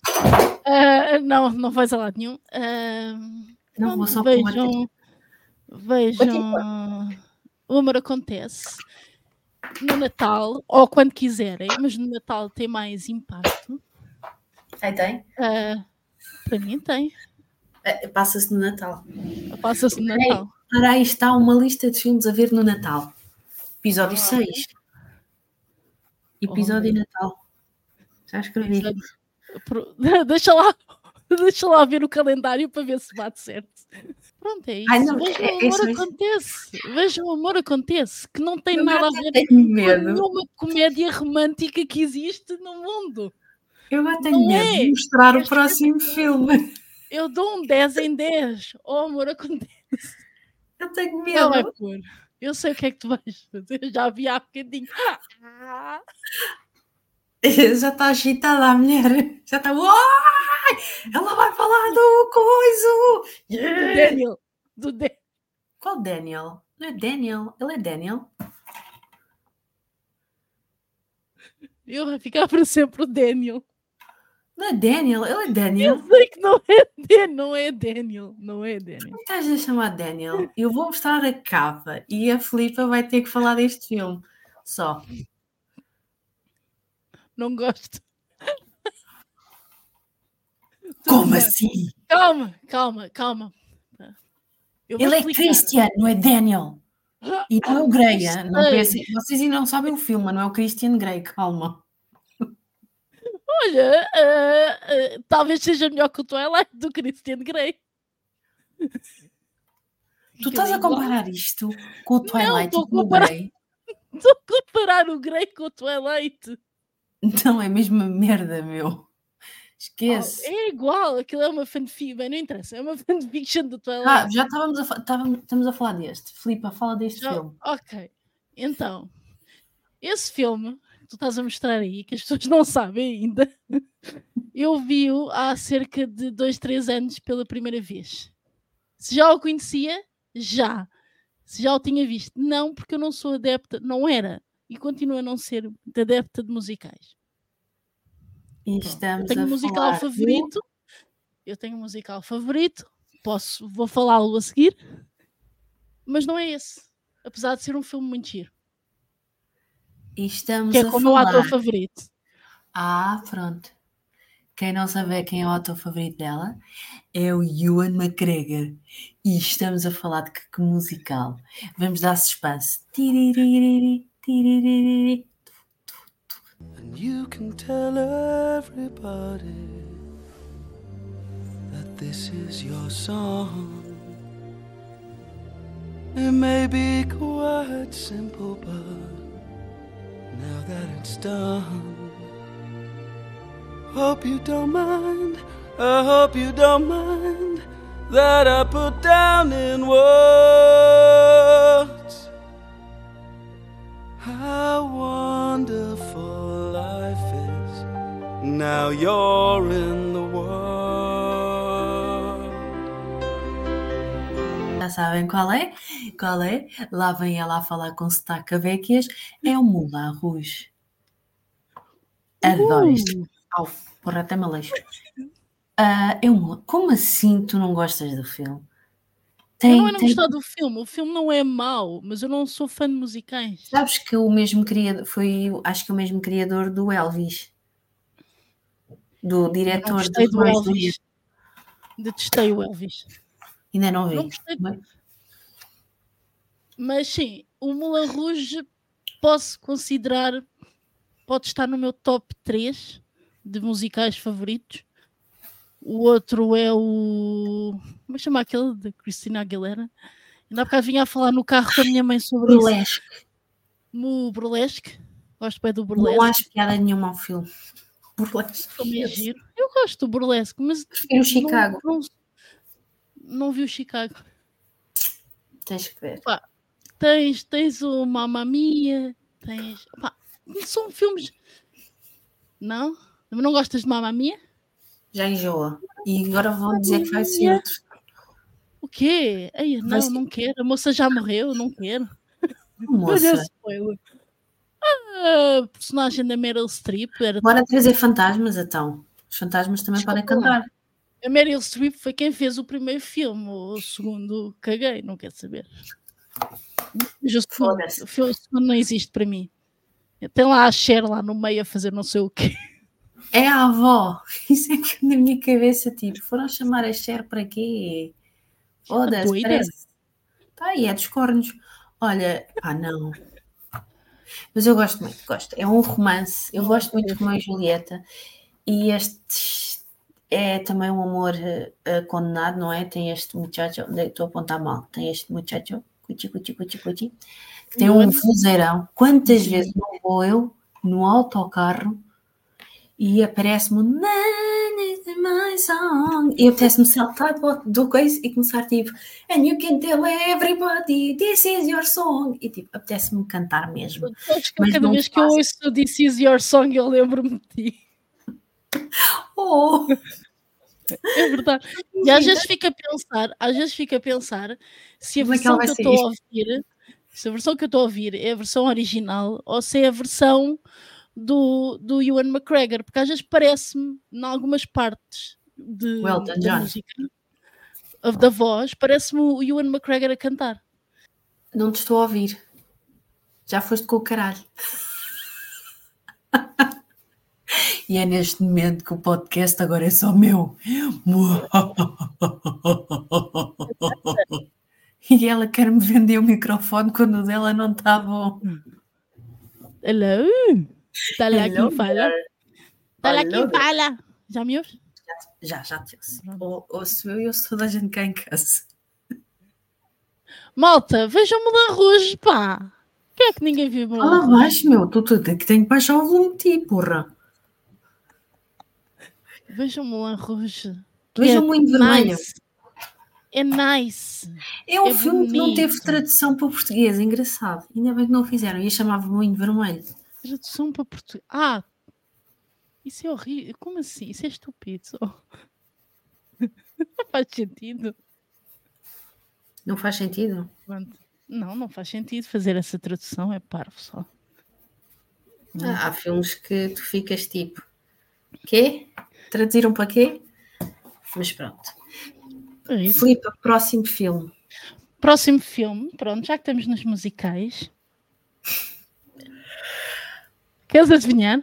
Não vais a lado nenhum.
Não, vou
Pronto,
só pôr uma
vejam. O amor acontece no Natal, ou quando quiserem, mas no Natal tem mais impacto.
Aí tem.
Para mim tem.
Passa-se no Natal.
Passa-se no Natal.
Para aí está uma lista de filmes a ver no Natal. Episódio 6. Episódio Natal. Já escrevi.
Deixa lá ver o calendário para ver se bate certo. Pronto, é isso.
Ai, não,
Vejam
é
o amor
só isso.
acontece. Vejam o amor acontece. Que não tem
Eu
nada a
agora
ver
tenho
com
medo.
nenhuma comédia romântica que existe no mundo.
Eu agora tenho
Não
medo de
é.
mostrar o
Este
próximo filme.
Eu dou um 10 em 10. O amor acontece.
Eu tenho
Não vai
medo.
pôr. Eu sei o que é que tu vais fazer. Eu já vi há bocadinho.
Já está agitada a mulher. Já está. Uai! Ela vai falar do coiso!
Do
Yeah!
Daniel.
Qual Daniel? Não é Daniel? Ele é Daniel?
Eu vou ficar para sempre o Daniel.
Não é Daniel? Ele é Daniel?
Eu sei que não é Daniel. Não é Daniel.
Por que estás a chamar Daniel? Eu vou mostrar a capa e a Filipa vai ter que falar deste filme. Só.
Não gosto.
Como
bem.
assim?
Calma. Eu vou
Ele é
explicar.
Christian, não é Daniel. E não é o Grey.
Eu
Não
sei.
pensem, vocês ainda não sabem o filme, não é o Christian Grey, calma.
Olha, talvez seja melhor que o Twilight do Christian Grey.
Tu estás a comparar isto com o Twilight
estou
e com o
comparar-
Grey?
Estou a comparar o Grey com o Twilight.
Não, é mesmo uma merda, meu. Esquece.
É igual, aquilo é uma fanfiction. Bem, não interessa, é uma fanfiction do Twilight.
Já estamos a falar deste. Filipa, fala deste filme.
Ok, então, esse filme que tu estás a mostrar aí, que as pessoas não sabem ainda, eu vi-o há cerca de 2, 3 anos pela primeira vez. Se já o conhecia, já. Se já o tinha visto, não, porque eu não sou adepta, não era, e continuo a não ser adepta de musicais.
E
Pronto.
estamos
Eu tenho
a
um musical
falar
favorito. Vou falá-lo a seguir. Mas não é esse. Apesar de ser um filme muito giro.
E estamos
Que é
a
com o meu
falar.
ator favorito.
Pronto. Quem não sabe quem é o ator favorito dela é o Ewan McGregor. E estamos a falar de que musical. Vamos dar suspense. Tiririri, tiririri.
And you can tell everybody that this is your song. It may be quite simple, but now that it's done, hope you don't mind. I hope you don't mind that I put down in words how wonderful life is. Now you're in the world.
Já sabem qual é? Qual é? Lá vem ela a falar com sotaque a Béquias. É o Moulin Rouge. Adoro isto. Porra, até me aleixo. Como assim tu não gostas do filme?
Eu não é não gostar do filme. O filme não é mau, mas eu não sou fã de musicais.
Sabes que o mesmo criador foi, acho que o mesmo criador do Elvis. Do
Não
diretor
gostei
de
do
Romeu e
Elvis.
Julieta.
Detestei o Elvis.
Ainda não vi.
Não gostei.
Bem,
Mas sim, o Moulin Rouge posso considerar, pode estar no meu top 3 de musicais favoritos. O outro é o. Como é que chama aquele? Da Christina Aguilera. Ainda há bocado vinha a falar no carro com a minha mãe sobre isso.
Burlesque.
No burlesque. Gosto bem do
Não
burlesque.
acho piada nenhuma ao filme. Burlesque.
Também é giro. Eu gosto do burlesque, mas
Prefiro o Chicago.
não vi o Chicago.
Tens que ver.
Pá, tens o Mamma Mia, pá, são filmes. Não? Não gostas de Mamma Mia?
Já enjoa. E agora vão dizer que vai ser
Mia.
outro.
O quê? Ei,
Vai ser-
não quero. A moça já morreu, não quero.
Moça.
Olha, spoiler. A personagem da Meryl Streep era.
Bora trazer fantasmas, então. Os fantasmas também
Desculpa
podem
lá.
cantar.
A Meryl Streep foi quem fez o primeiro filme, o segundo caguei, não quero saber. Mas o
Foda-se.
segundo não existe para mim. Tem lá a Cher lá no meio a fazer não sei o quê.
É a avó. Isso é que na minha cabeça, tipo, foram chamar a Cher para quê? Foda-se,
Doida.
parece. Tá aí, é dos cornos. Olha, não. Mas eu gosto muito, gosto. É um romance. Eu gosto muito de Romeu e Julieta. E este é também um amor condenado, não é? Tem este muchacho, estou a apontar mal, tem este muchacho, cuchi, que tem um vozeirão. Quantas vezes não vou eu no autocarro e aparece-me um Man is my song e apetece-me saltar do coisa e começar tipo And you can tell everybody this is your song e tipo, apetece-me cantar mesmo.
Sabes que
Mas
cada
não
vez que eu
faço.
ouço This Is Your Song eu lembro-me de ti.
Oh,
É verdade. E às vezes fico a pensar se a
Como é que ela
versão
vai
que eu
ser
estou a
isto?
ouvir, se a versão que eu estou a ouvir é a versão original ou se é a versão do Ewan McGregor, porque às vezes parece-me, em algumas partes
O Elton
da
John.
música, da voz, parece-me o Ewan McGregor a cantar.
Não te estou a ouvir. Já foste com o caralho. E é neste momento que o podcast agora é só meu. E ela quer-me vender o microfone quando o dela não está bom.
Hello? Está lá
Hello
quem fala?
there.
Está lá
Hello
quem
there.
fala? Já me ouves?
Já te ouço. Ouço eu e ouço toda a gente cá em casa.
Malta, vejam Moulin Rouge, pá. Quem é que ninguém viu Moulin
Fala
Rouge?
baixo, meu. Tu que tenho que baixar o volume de ti, porra.
Vejam Moulin Rouge. que
Vejam
é
muito vermelho.
nice. É nice.
É um
É
filme que não teve
bonito.
tradução para o português. Engraçado. Ainda bem que não o fizeram. E chamava Moinho Vermelho.
Tradução para português. Isso é horrível. Como assim? Isso é estúpido. Não faz sentido.
Não faz sentido?
Pronto. Não faz sentido fazer essa tradução. É parvo só.
Há filmes que tu ficas tipo, quê? Traduziram para quê? Mas pronto.
É isso.
Filipe, próximo filme.
Próximo filme. Pronto, já que estamos nos musicais. Queres adivinhar?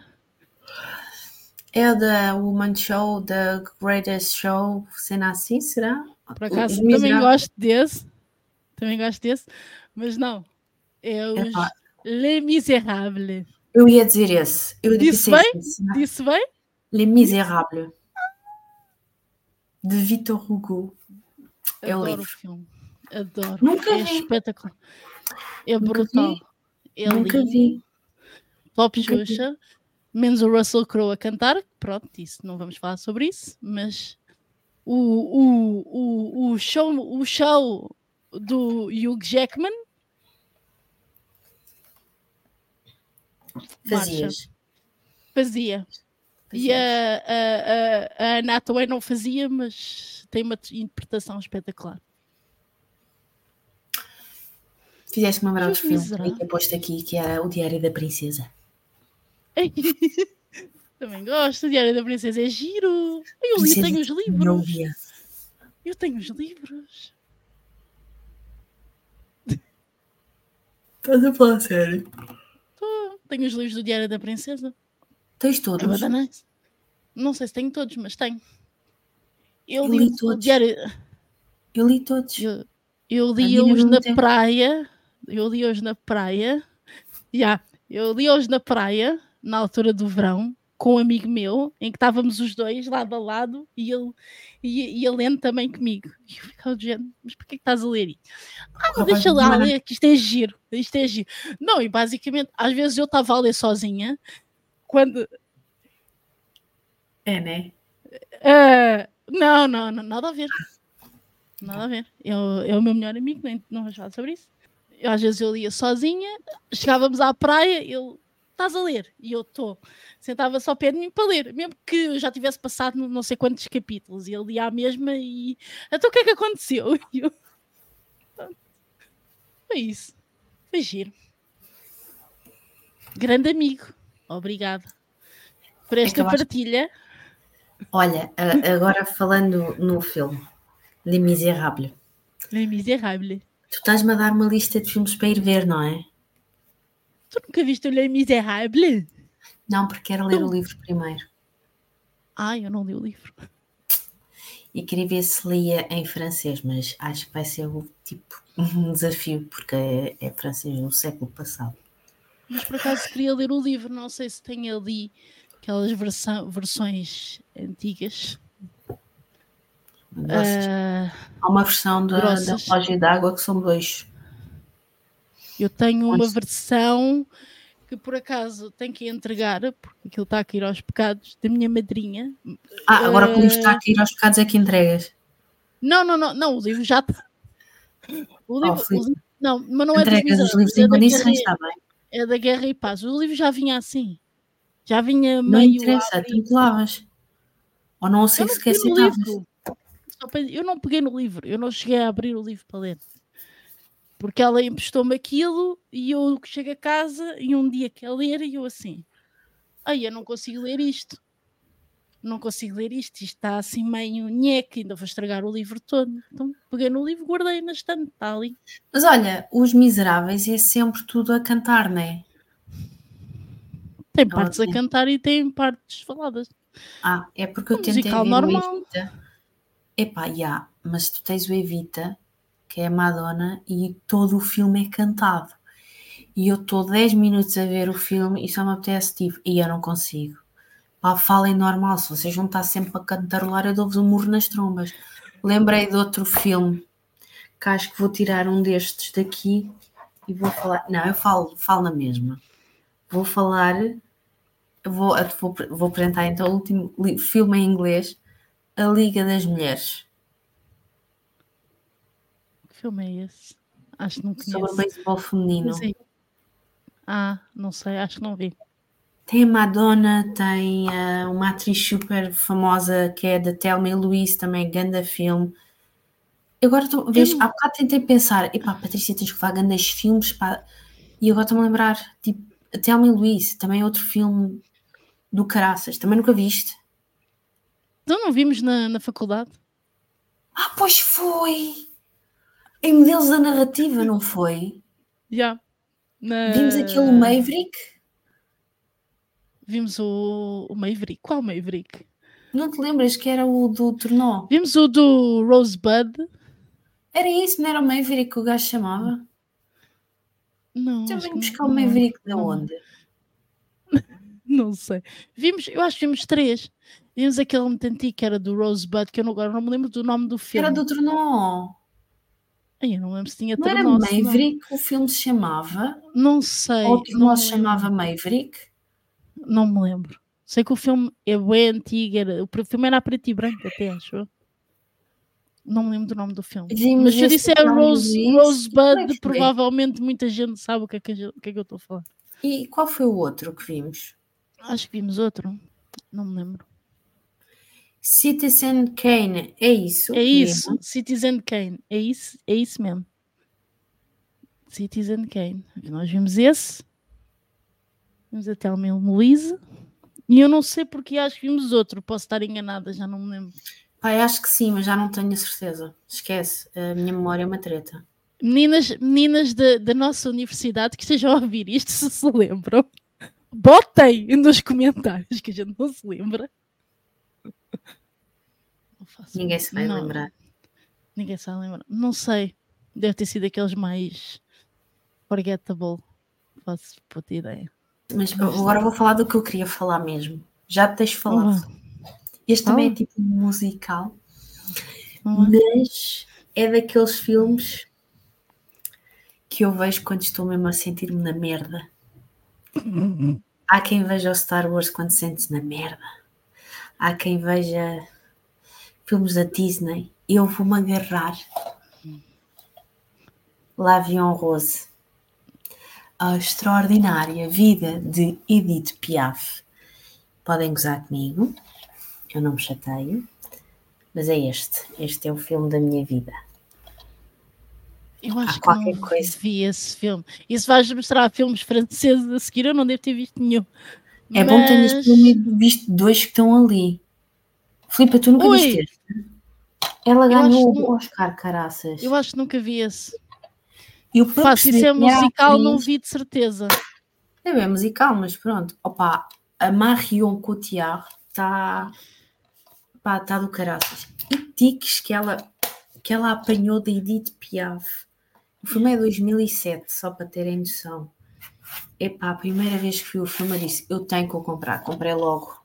É o da Woman Show, The Greatest Show, cena assim, será?
Por acaso
Os
também
Miseráveis.
gosto desse. Mas não. É os
Epá.
Les Misérables.
Eu ia dizer esse. Eu
Disse
pensei
bem?
assim, será?
Disse bem?
Les Misérables. De Victor Hugo. É o
Adoro o
livro.
filme. Adoro.
Nunca
É
vi.
espetacular. É
Nunca
brutal.
vi.
É
Nunca
lindo.
vi.
Top
Nunca vi.
Xuxa. Menos o Russell Crowe a cantar. Pronto, isso não vamos falar sobre isso. Mas o show do Hugh Jackman
Fazias.
fazia. E a Anne Hathaway não fazia, mas tem uma interpretação espetacular.
Fizeste-me lembrar
Os
outro filme
Miseráveis.
que eu posto aqui, que era O Diário da Princesa.
Também gosto. O Diário da Princesa é giro. Eu tenho os livros.
Silvia.
Eu tenho os livros.
Estás a falar sério?
Tenho os livros do Diário da Princesa.
Tens
É
todos?
bada nice. Não sei se tenho todos, mas tenho. Eu
Eu
li
li
o
todos.
diário.
Eu li todos.
Eu
A
li
Dina
hoje
não
na
tem.
praia. Eu li hoje na praia. Eu li hoje na praia, na altura do verão, com um amigo meu, em que estávamos os dois lado a lado e ele lendo também comigo. E eu ficava do género, mas porquê que estás a ler isto?
Rapaz
Deixa
do
lá
mar.
ler, que isto é giro. Isto é giro. Não, e basicamente, às vezes eu estava a ler sozinha, quando...
É, né?
Não, nada a ver. Nada a ver. É o meu melhor amigo, nem não vamos falar sobre isso. Às vezes eu lia sozinha, chegávamos à praia, ele, estás a ler? E eu estou. Sentava-se ao pé de mim para ler, mesmo que eu já tivesse passado não sei quantos capítulos, e ele lia a mesma e... Então o que é que aconteceu? E eu... Foi isso. Foi giro. Grande amigo. Obrigado por esta
Acabaste.
partilha.
Olha, agora falando no filme Les Misérables,
Les Misérables.
tu estás-me a dar uma lista de filmes para ir ver, não é?
Tu nunca viste o Les Misérables?
Não, porque quero ler o livro primeiro.
Eu não li o livro.
E queria ver se lia em francês, mas acho que vai ser um desafio, porque é francês do século passado.
Mas por acaso queria ler o livro, não sei se tem ali aquelas versões antigas.
Grossas. Há uma versão da
grossas.
Loja d'Água que são 2.
Eu tenho uma
Onde-
versão que por acaso tenho que entregar, porque aquilo está a cair aos pecados, da minha madrinha.
agora que o livro está a cair aos pecados é que entregas.
Não, o livro já está.
Filipe,
Não, mas não é dos
entregas os
Miseráveis,
livros em condições, está bem?
é da Guerra e Paz. O livro já vinha assim. Já vinha
Não
meio
interessa, tu te lavas. Ou não sei
Eu não
se quer
peguei no
aceitavas.
livro. Eu não peguei no livro. Eu não cheguei a abrir o livro para ler. Porque ela emprestou-me aquilo e eu chego a casa e um dia quer ler e eu assim, eu não consigo ler isto. Não consigo ler isto. Isto está assim meio nheque, ainda vou estragar o livro todo. Então peguei no livro, guardei na estante, está ali.
Mas olha, Os Miseráveis é sempre tudo a cantar, não é?
Tem partes a cantar e tem partes faladas.
É porque eu tentei
musical
ver
normal.
o Evita. Epá, mas tu tens o Evita, que é a Madonna, e todo o filme é cantado. E eu estou 10 minutos a ver o filme e só me apetece e eu não consigo. Falem normal, se vocês vão estar sempre a cantarolar, eu dou-vos um murro nas trombas. Lembrei de outro filme, que acho que vou tirar um destes daqui e vou falar... Não, eu falo na mesma. Vou falar... Vou apresentar então o último filme em inglês, A Liga das Mulheres.
Que filme é esse? Acho que não conheço.
Sobre o beisebol feminino.
Sim. Não sei, acho que não vi.
Tem a Madonna, tem uma atriz super famosa que é da Thelma e Louise, também ganda filme. Agora há bocado tentei pensar, Patrícia, tens que falar grandes filmes, e agora estou-me a lembrar, tipo, a Thelma e Louise, também é outro filme do caraças, também nunca viste?
Então não vimos na faculdade?
Pois foi! Em modelos da narrativa, não foi?
Já.
Vimos aquele Maverick?
Vimos o Maverick. Qual Maverick?
Não te lembras que era o do Tornó?
Vimos o do Rosebud.
Era isso, não era o Maverick que o gajo chamava?
Não.
Também buscar o Maverick da onde?
Não sei. Eu acho que vimos 3. Vimos aquele muito antigo que era do Rosebud, que eu agora não me lembro do nome do filme.
Era do Tornó.
Eu não lembro se tinha
Não era Maverick que o filme se chamava?
Não sei.
Ou o Tornó se chamava Maverick?
Não me lembro. Sei que o filme é bem antigo. O filme era a preto e branco até, acho eu. Não me lembro do nome do filme. Mas se eu disser Rosebud, provavelmente muita gente sabe o que é que eu estou a falar.
E qual foi o outro que vimos?
Acho que vimos outro. Não me lembro.
Citizen Kane, é isso?
É isso, mesmo? Citizen Kane. É isso mesmo. Citizen Kane. Nós vimos esse. Vimos até o meu Louise. E eu não sei porque acho que vimos outro. Posso estar enganada, já não me lembro.
Acho que sim, mas já não tenho a certeza. Esquece, a minha memória é uma treta.
Meninas da nossa universidade que estejam a ouvir isto, se lembram, botem nos comentários que a gente não se lembra. Não faço-
Ninguém se vai
não,
lembrar.
Ninguém se vai lembrar. Não sei. Deve ter sido aqueles mais forgettable. Faço puta ideia.
Mas agora vou falar do que eu queria falar mesmo. Já te tens falado. Este também é
Fala.
tipo um musical,
Vamos lá.
mas é daqueles filmes que eu vejo quando estou mesmo a sentir-me na merda. Há quem veja o Star Wars quando sente-se na merda. Há quem veja filmes da Disney. Eu vou-me agarrar. L'Avion Rose. A extraordinária vida de Edith Piaf. Podem gozar comigo. Eu não me chateio. Mas é este. Este é o filme da minha vida.
Eu acho que
qualquer
não
coisa.
vi esse filme. E se vais mostrar filmes franceses a seguir, eu não devo ter visto nenhum.
É bom que tenhas
Mas-
pelo menos visto dois que estão ali. Filipa, tu nunca
Ui!
viste este? Ela
Eu acho
ganhou
que
o
não-
Oscar, caraças.
Eu acho que nunca vi esse.
Eu para
Pá, se isso
perceber
é
quem era a
musical, não
atriz-
vi de certeza.
É bem musical, mas pronto. Opa, a Marion Cotillard está do caraças. Que tiques que ela apanhou da Edith Piaf. O filme é 2007, só para terem noção. Epá, a primeira vez que vi o filme eu disse, eu tenho que o comprar. Comprei logo.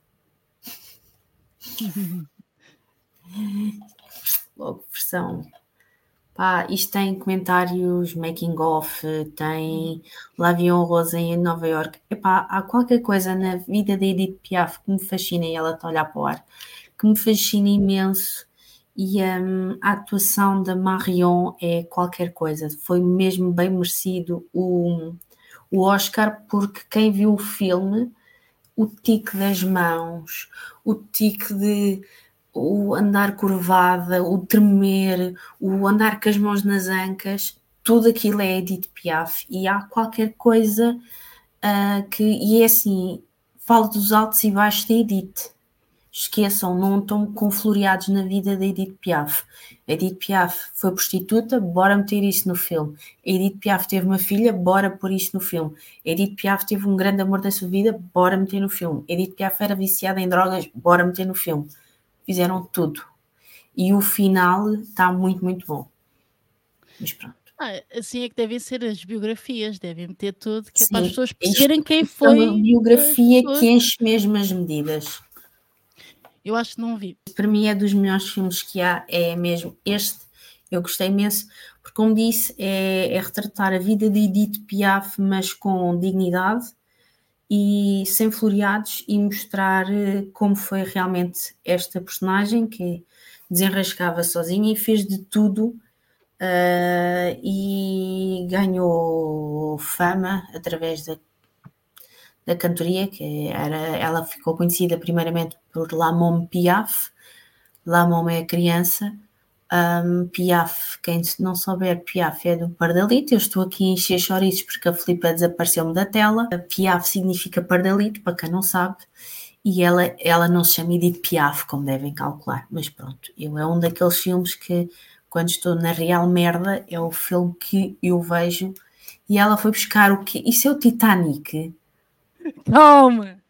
Logo, versão. Pá, isto tem comentários, making of, tem L'Avion Rose em Nova York. Epá, há qualquer coisa na vida da Edith Piaf que me fascina e ela está a olhar para o ar, que me fascina imenso. E a atuação da Marion é qualquer coisa. Foi mesmo bem merecido o Oscar, porque quem viu o filme, o tique das mãos, o tique de o andar curvada, o tremer, o andar com as mãos nas ancas, tudo aquilo é Edith Piaf. E há qualquer coisa e é assim, falo dos altos e baixos da Edith. Esqueçam, não estão confloreados na vida da Edith Piaf. A Edith Piaf foi prostituta, bora meter isso no filme. A Edith Piaf teve uma filha, bora pôr isto no filme. A Edith Piaf teve um grande amor da sua vida, bora meter no filme. A Edith Piaf era viciada em drogas, bora meter no filme. Fizeram tudo. E o final está muito, muito bom. Mas pronto.
Assim é que devem ser as biografias, devem meter tudo, que é para as
Sim,
pessoas
isto
perceberem quem
é
foi.
uma biografia
as pessoas.
que enche mesmo as medidas.
Eu acho que não vi.
Para mim é dos melhores filmes que há, é mesmo este. Eu gostei imenso, porque como disse, é retratar a vida de Edith Piaf, mas com dignidade e sem floreados, e mostrar como foi realmente esta personagem que desenrascava sozinha e fez de tudo e ganhou fama através da cantoria, ela ficou conhecida primeiramente por La Môme Piaf. La Môme é a criança. Piaf, quem não souber, Piaf é do Pardalito. Eu estou aqui a encher chouriços porque a Filipa desapareceu-me da tela. Piaf significa Pardalito, para quem não sabe. E ela não se chama Edith Piaf, como devem calcular. Mas pronto, é um daqueles filmes que, quando estou na real merda, é o filme que eu vejo. E ela foi buscar o quê? Isso é o Titanic?
Toma!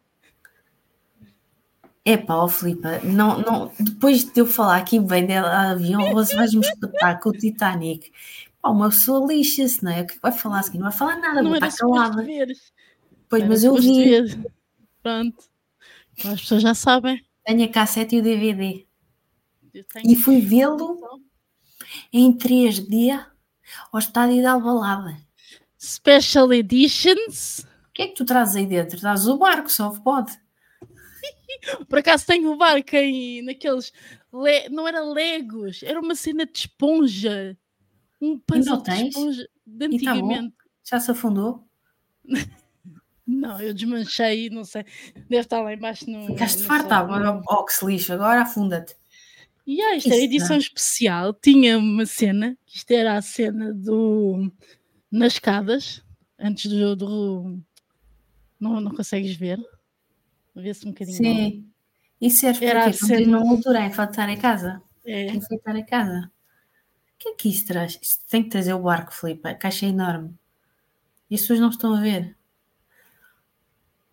Epá, ó Filipa, não, depois de eu falar aqui bem dela, avião, você vais-me espetar com o Titanic. Pá, uma pessoa lixa-se, não é? O que vai falar assim? Não vai falar nada,
Não
vou
era
estar
suposto
calada.
veres.
Pois,
Não era
mas eu
suposto
vi,
ver. Pronto. As pessoas já sabem.
tenho a cassete e o DVD.
Eu tenho
E fui vê-lo
noção.
em 3D ao estádio de Alvalade.
Special Editions.
O que é que tu trazes aí dentro? Trazes o barco, só pode.
Por acaso tenho o barco aí naqueles. Não era Legos, era uma cena de esponja. Um puzzle
Ainda o
de
tens?
esponja de
E está bom?
antigamente.
Já se afundou?
Não, eu desmanchei, não sei. Deve estar lá embaixo no.
Ficaste
no
farta,
sótão.
agora, ó que se lixa, agora afunda-te.
E isto era
Isso,
edição especial. Tinha uma cena, isto era a cena do. Nas escadas, antes do. Não consegues ver? Vê-se um bocadinho mal.
Sim. E serve
Era
para
a
quê? Para meter
cena.
numa moldura, enfeitar a casa?
É,
Enfeitar a casa? O que é que isso traz? Isso tem que trazer o barco, Filipe. A caixa é enorme. E as pessoas não estão a ver.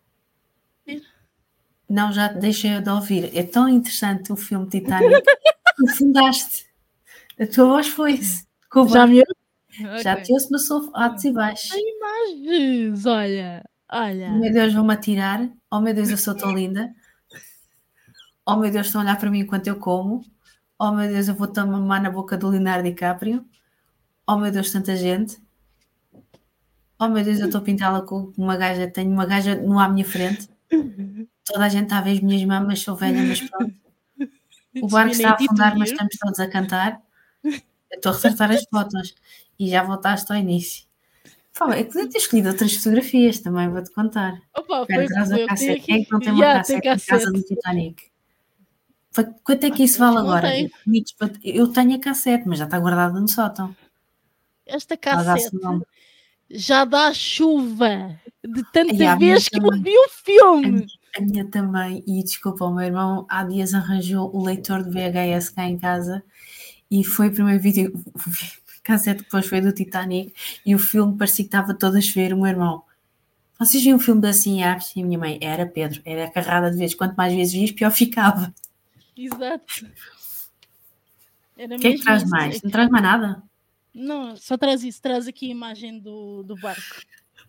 Não, já deixei de ouvir. É tão interessante o filme Titanic. Tu fundaste. A tua voz foi-se. Com
Já
barco.
me
Já
Ok.
te ouço, mas sou altos e baixos.
Tem imagens, olha.
Oh, meu Deus, vão-me atirar. Oh meu Deus, eu sou tão linda. Oh meu Deus, estão a olhar para mim enquanto eu como. Oh meu Deus, eu vou tomar mamar na boca do Leonardo DiCaprio. Oh meu Deus, tanta gente. Oh meu Deus, eu estou a pintá-la com uma gaja. Tenho uma gaja no à minha frente. Toda a gente está a ver as minhas mamas, sou velha, mas pronto. O barco está a afundar, mas estamos todos a cantar. Eu estou a retratar as fotos. E já voltaste ao início. Pá, é que podia ter escolhido outras fotografias também, vou-te contar.
Opa,
Espera, traz a
foi eu que
cassete.
tenho
Quem é
aqui.
que não tem uma
Yeah, tem
cassete em casa do
cassete.
Titanic? Quanto é que isso
Acho
vale
que não
agora?
tem.
Eu tenho a cassete, mas já está guardada no sótão.
Esta
Ela dá-se
cassete
o nome.
já dá chuva de tanta
Ai, a minha
vez que eu
também.
vi o filme.
A minha também. E desculpa, o meu irmão há dias arranjou o leitor de VHS cá em casa e foi o primeiro vídeo, cassete que depois foi do Titanic e o filme parecia que estava todo a chover. O meu irmão, vocês viam um filme assim? E a minha mãe, era Pedro, era a carrada de vezes. Quanto mais vezes vias, pior ficava.
Exato. Era
O que é que
mesmo
traz
isso.
mais? Não traz mais nada?
Não, só traz isso. Traz aqui a imagem do barco.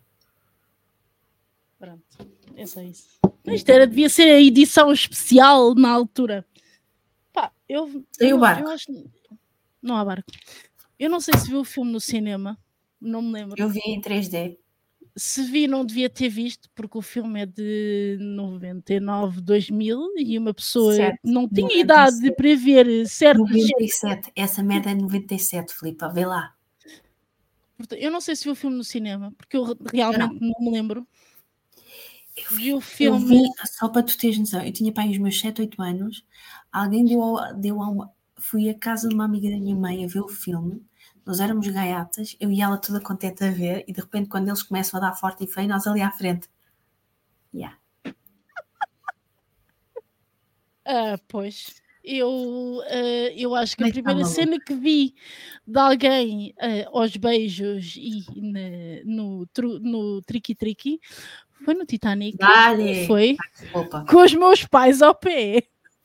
Pronto. É só isso. Devia ser a edição especial na altura. Pá,
Tem o barco.
eu acho. Não há barco. Eu não sei se vi o filme no cinema. Não me lembro.
Eu vi em 3D.
Se vi, não devia ter visto, porque o filme é de 99, 2000 e uma pessoa
Certo,
não tinha
97.
idade para ver certas.
97. Essa merda é 97, Filipe. Vê lá.
Eu não sei se vi o filme no cinema, porque eu realmente não me lembro. Vi o
Eu
filme.
vi, só para tu teres noção, eu tinha pai os meus 7, 8 anos, alguém deu a uma. Fui à casa de uma amiga da minha mãe a ver o filme, nós éramos gaiatas, eu e ela toda contente a ver, e de repente quando eles começam a dar forte e feio, nós ali à frente. Yeah.
Pois. Eu acho que a
Como é que está,
primeira
maluco?
cena que vi de alguém aos beijos e no Tricky Tricky foi no Titanic.
Dá-lhe!
Foi
Opa.
com os meus pais ao pé.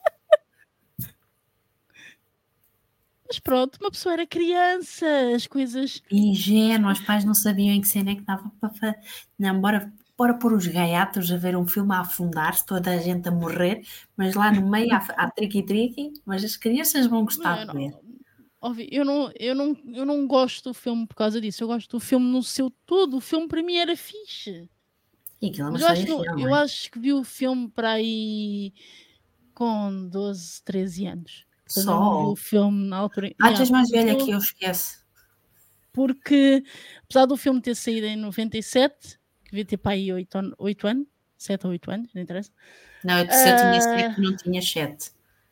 Mas pronto, uma pessoa era criança, as coisas.
Ingênuo, os pais não sabiam em que cena é que estava para fazer. Não, bora pôr os gaiatos a ver um filme a afundar-se, toda a gente a morrer, mas lá no meio há triqui-triqui, mas as crianças vão gostar de ver.
Óbvio, eu não gosto do filme por causa disso. Eu gosto do filme no seu todo. O filme para mim era fixe.
E aquilo é uma
Mas
história fiel,
eu
não é?
acho que vi o filme para aí com 12, 13 anos. Portanto, eu não vi
Só?
o filme na altura.
Ah, tu és mais velha
porque
que eu, esquece.
Porque, apesar do filme ter saído em 97, que devia ter para aí 8 anos, 7 ou 8 anos, não interessa.
Não, eu tinha 7, não tinha 7.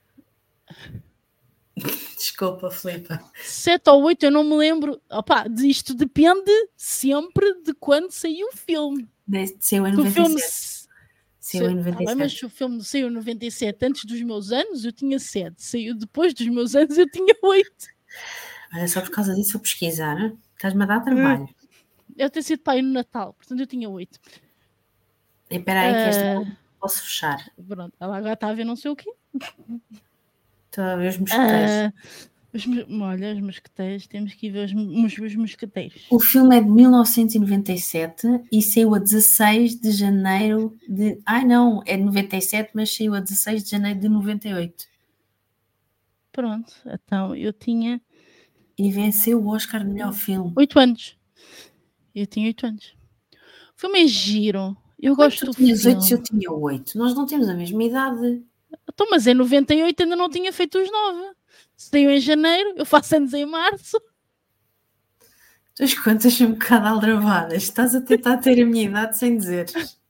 Desculpa, Filipe.
7 ou 8, eu não me lembro. Opa, isto depende sempre de quando saiu o filme.
Saiu em
Se o filme
97. Saiu em
Tá bem,
97.
mas se o filme saiu em 97 antes dos meus anos, eu tinha 7. Saiu depois dos meus anos, eu tinha 8.
Olha, só por causa disso vou pesquisar. Hein? Estás-me a dar trabalho.
Eu ter sido pai no Natal, portanto eu tinha 8.
E espera aí que esta posso fechar.
Pronto, ela agora está a ver não sei o quê.
Estou a ver os mosqueteiros.
Olha, os mosqueteiros, temos que ir ver os mosqueteiros.
O filme é de 1997 e saiu a 16 de janeiro de... Ai não, é de 97, mas saiu a 16 de janeiro de 98.
Pronto, então eu tinha...
E venceu o Oscar de melhor filme.
8 anos. Eu tinha 8 anos. O filme é giro. Eu gosto do
Tu tinhas
filme.
8 se eu tinha 8. Nós não temos a mesma idade.
Então, mas em 98 ainda não tinha feito os 9. Saiu em janeiro, eu faço anos em março.
Tu as contas são um bocado aldrabadas. Estás a tentar ter a minha idade sem dizer.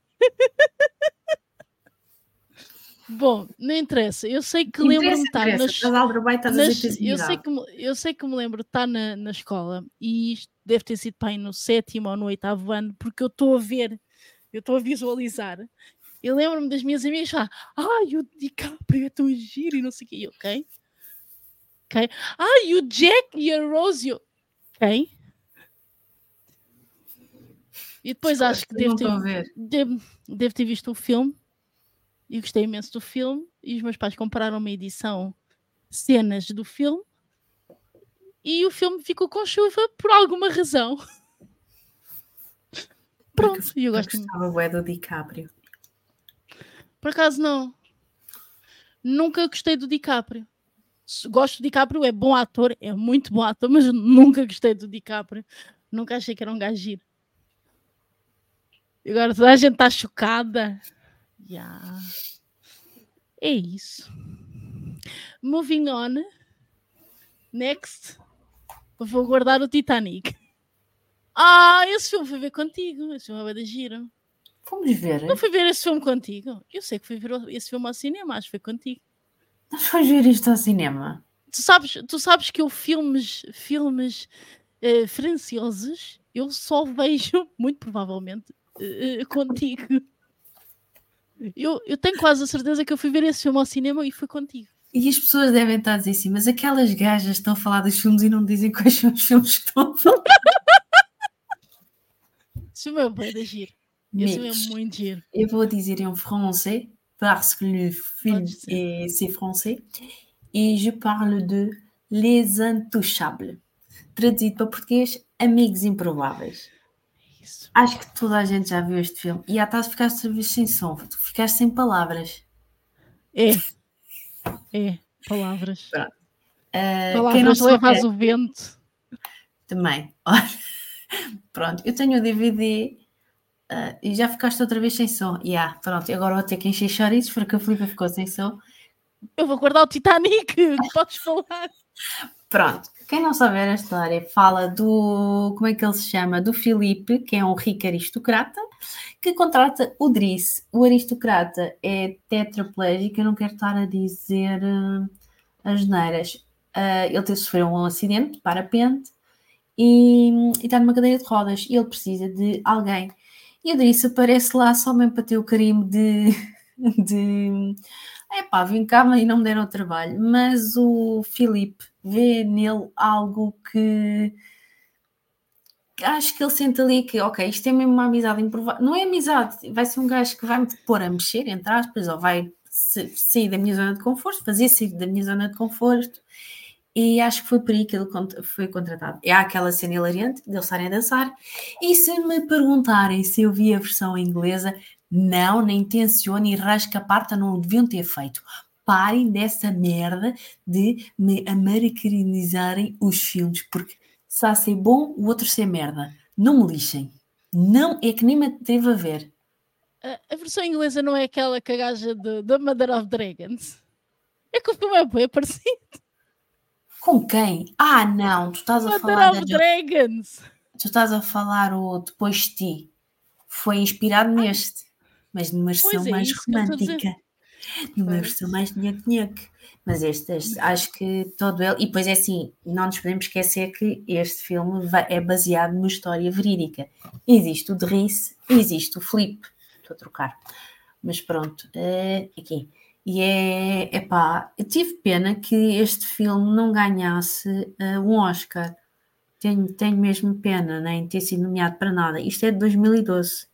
Bom, não interessa. Eu sei que lembro-me de estar nas...
Estás aldrabada e estás a dizer que
eu sei que me lembro de estar na escola e isto deve ter sido para aí no 7º ou no 8º ano, porque eu estou a ver, eu estou a visualizar. Eu lembro-me das minhas amigas falar: ai, o DiCaprio é tão giro e não sei o quê. E eu, ok. Ai, o Jack e a Rose. Eu, ok. E depois acho que devo ter visto o filme e gostei imenso do filme. E os meus pais compraram uma edição cenas do filme e o filme ficou com chuva por alguma razão. Pronto, e eu gosto muito.
Gostava bué do DiCaprio.
Por acaso não. Nunca gostei do DiCaprio. Gosto do DiCaprio, é bom ator, é muito bom ator, mas nunca gostei do DiCaprio. Nunca achei que era um gajo giro. E agora toda a gente está chocada. Yeah. É isso. Moving on. Next. Vou guardar o Titanic. Esse filme fui ver contigo. Esse filme é bué de giro.
Fomos ver.
Não fui ver esse filme contigo. Eu sei que fui ver esse filme ao cinema, acho que foi contigo.
Nós fomos ver isto ao cinema.
Tu sabes que eu filmes franciosos eu só vejo, muito provavelmente, contigo. Eu tenho quase a certeza que eu fui ver esse filme ao cinema e foi contigo.
E as pessoas devem estar a dizer assim, mas aquelas gajas estão a falar dos filmes e não dizem quais são os filmes que estão a falar.
Esse filme é bué de giro. Esse filme é
Mas
muito giro.
eu vou dizer em français, parce que le film
Pode ser.
c'est français, et je parle de Les Intouchables. Traduzido para português, Amigos Improváveis.
Isso.
Acho que toda a gente já viu este filme. E até ficaste outra vez sem som, tu ficaste sem palavras.
É. Palavras.
Pronto.
Palavras
Quem não
levas
souber,
o vento.
também. Pronto, eu tenho o DVD e já ficaste outra vez sem som. Pronto, agora vou ter que encher chouriços porque a Filipe ficou sem som.
Eu vou guardar o Titanic. Podes falar.
Pronto, quem não souber a história fala do, como é que ele se chama? Do Filipe, que é um rico aristocrata, que contrata o Driss. O aristocrata é tetraplégico, eu não quero estar a dizer as neiras. Ele sofreu um acidente de parapente e está numa cadeira de rodas e ele precisa de alguém. E o Driss aparece lá só mesmo para ter o carinho de vim cá e não me deram trabalho. Mas o Filipe vê nele algo que acho que ele sente ali que, ok, isto é mesmo uma amizade improvável. Não é amizade, vai ser um gajo que vai me pôr a mexer, entre aspas, ou vai sair da minha zona de conforto, fazer sair da minha zona de conforto. E acho que foi por aí que ele foi contratado. É aquela cena hilariante de eles estarem a dançar. E se me perguntarem se eu vi a versão inglesa, não, nem tenciono e rasca a parta, não o deviam ter feito. Parem dessa merda de me americanizarem os filmes, porque se há ser bom, o outro ser merda. Não me lixem. Não, é que nem me teve a ver.
A versão inglesa não é aquela que a gaja da Mother of Dragons? É que o filme é bem parecido.
Com quem? Não, tu estás a
Mother
falar
of Dragons.
Tu estás a falar o Depois de Ti. Foi inspirado neste, mas numa versão
Pois é,
mais
isso que eu estou a dizer.
romântica. Numa versão mais nhaque-nhaque. Mas este, acho que todo ele... E depois é assim, não nos podemos esquecer que este filme é baseado numa história verídica. Existe o Driss, existe o Filipe. Estou a trocar. Mas pronto, aqui. E eu tive pena que este filme não ganhasse um Oscar. Tenho mesmo pena, nem ter sido nomeado para nada. Isto é de 2012.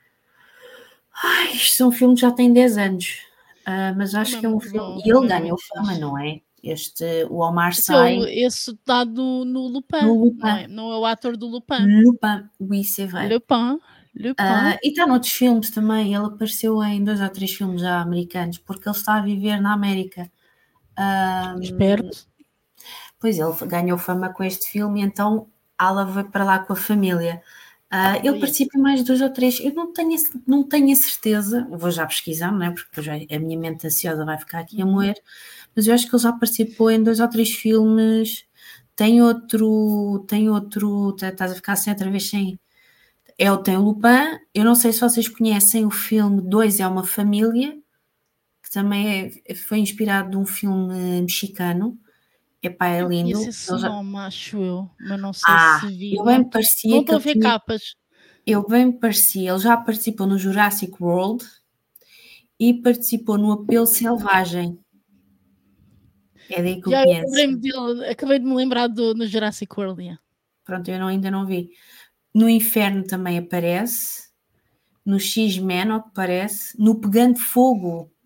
Isto são filmes que já têm 10 anos. Mas acho que é um filme... E ele ganhou fama, não é? O Omar Sy...
Esse está no Lupin.
No Lupin.
Não é o ator do Lupin.
Lupin, oui, c'est vrai.
Lupin.
E está noutros filmes também. Ele apareceu em 2 ou 3 filmes já americanos, porque ele está a viver na América.
Esperto.
Pois ele ganhou fama com este filme, então ela vai para lá com a família. Ele participa em mais 2 ou 3. Eu não tenho a certeza, vou já pesquisar, não é? Porque depois a minha mente ansiosa vai ficar aqui a moer, mas eu acho que ele já participou em 2 ou 3 filmes. Tem outro, estás a ficar sem outra vez sem. Tem o Lupin. Eu não sei se vocês conhecem o filme 2 é uma Família, que também foi inspirado num filme mexicano. É lindo.
Esse nome, acho eu, mas não sei se vi.
Eu bem me parecia
não estou a ver capas.
Eu bem me parecia. Ele já participou no Jurassic World e participou no Apelo Selvagem. É daí que eu conheço.
Acabei de me lembrar no Jurassic World. Yeah.
Pronto, eu ainda não vi. No Inferno também aparece. No X-Men, ao que parece. No Pegando Fogo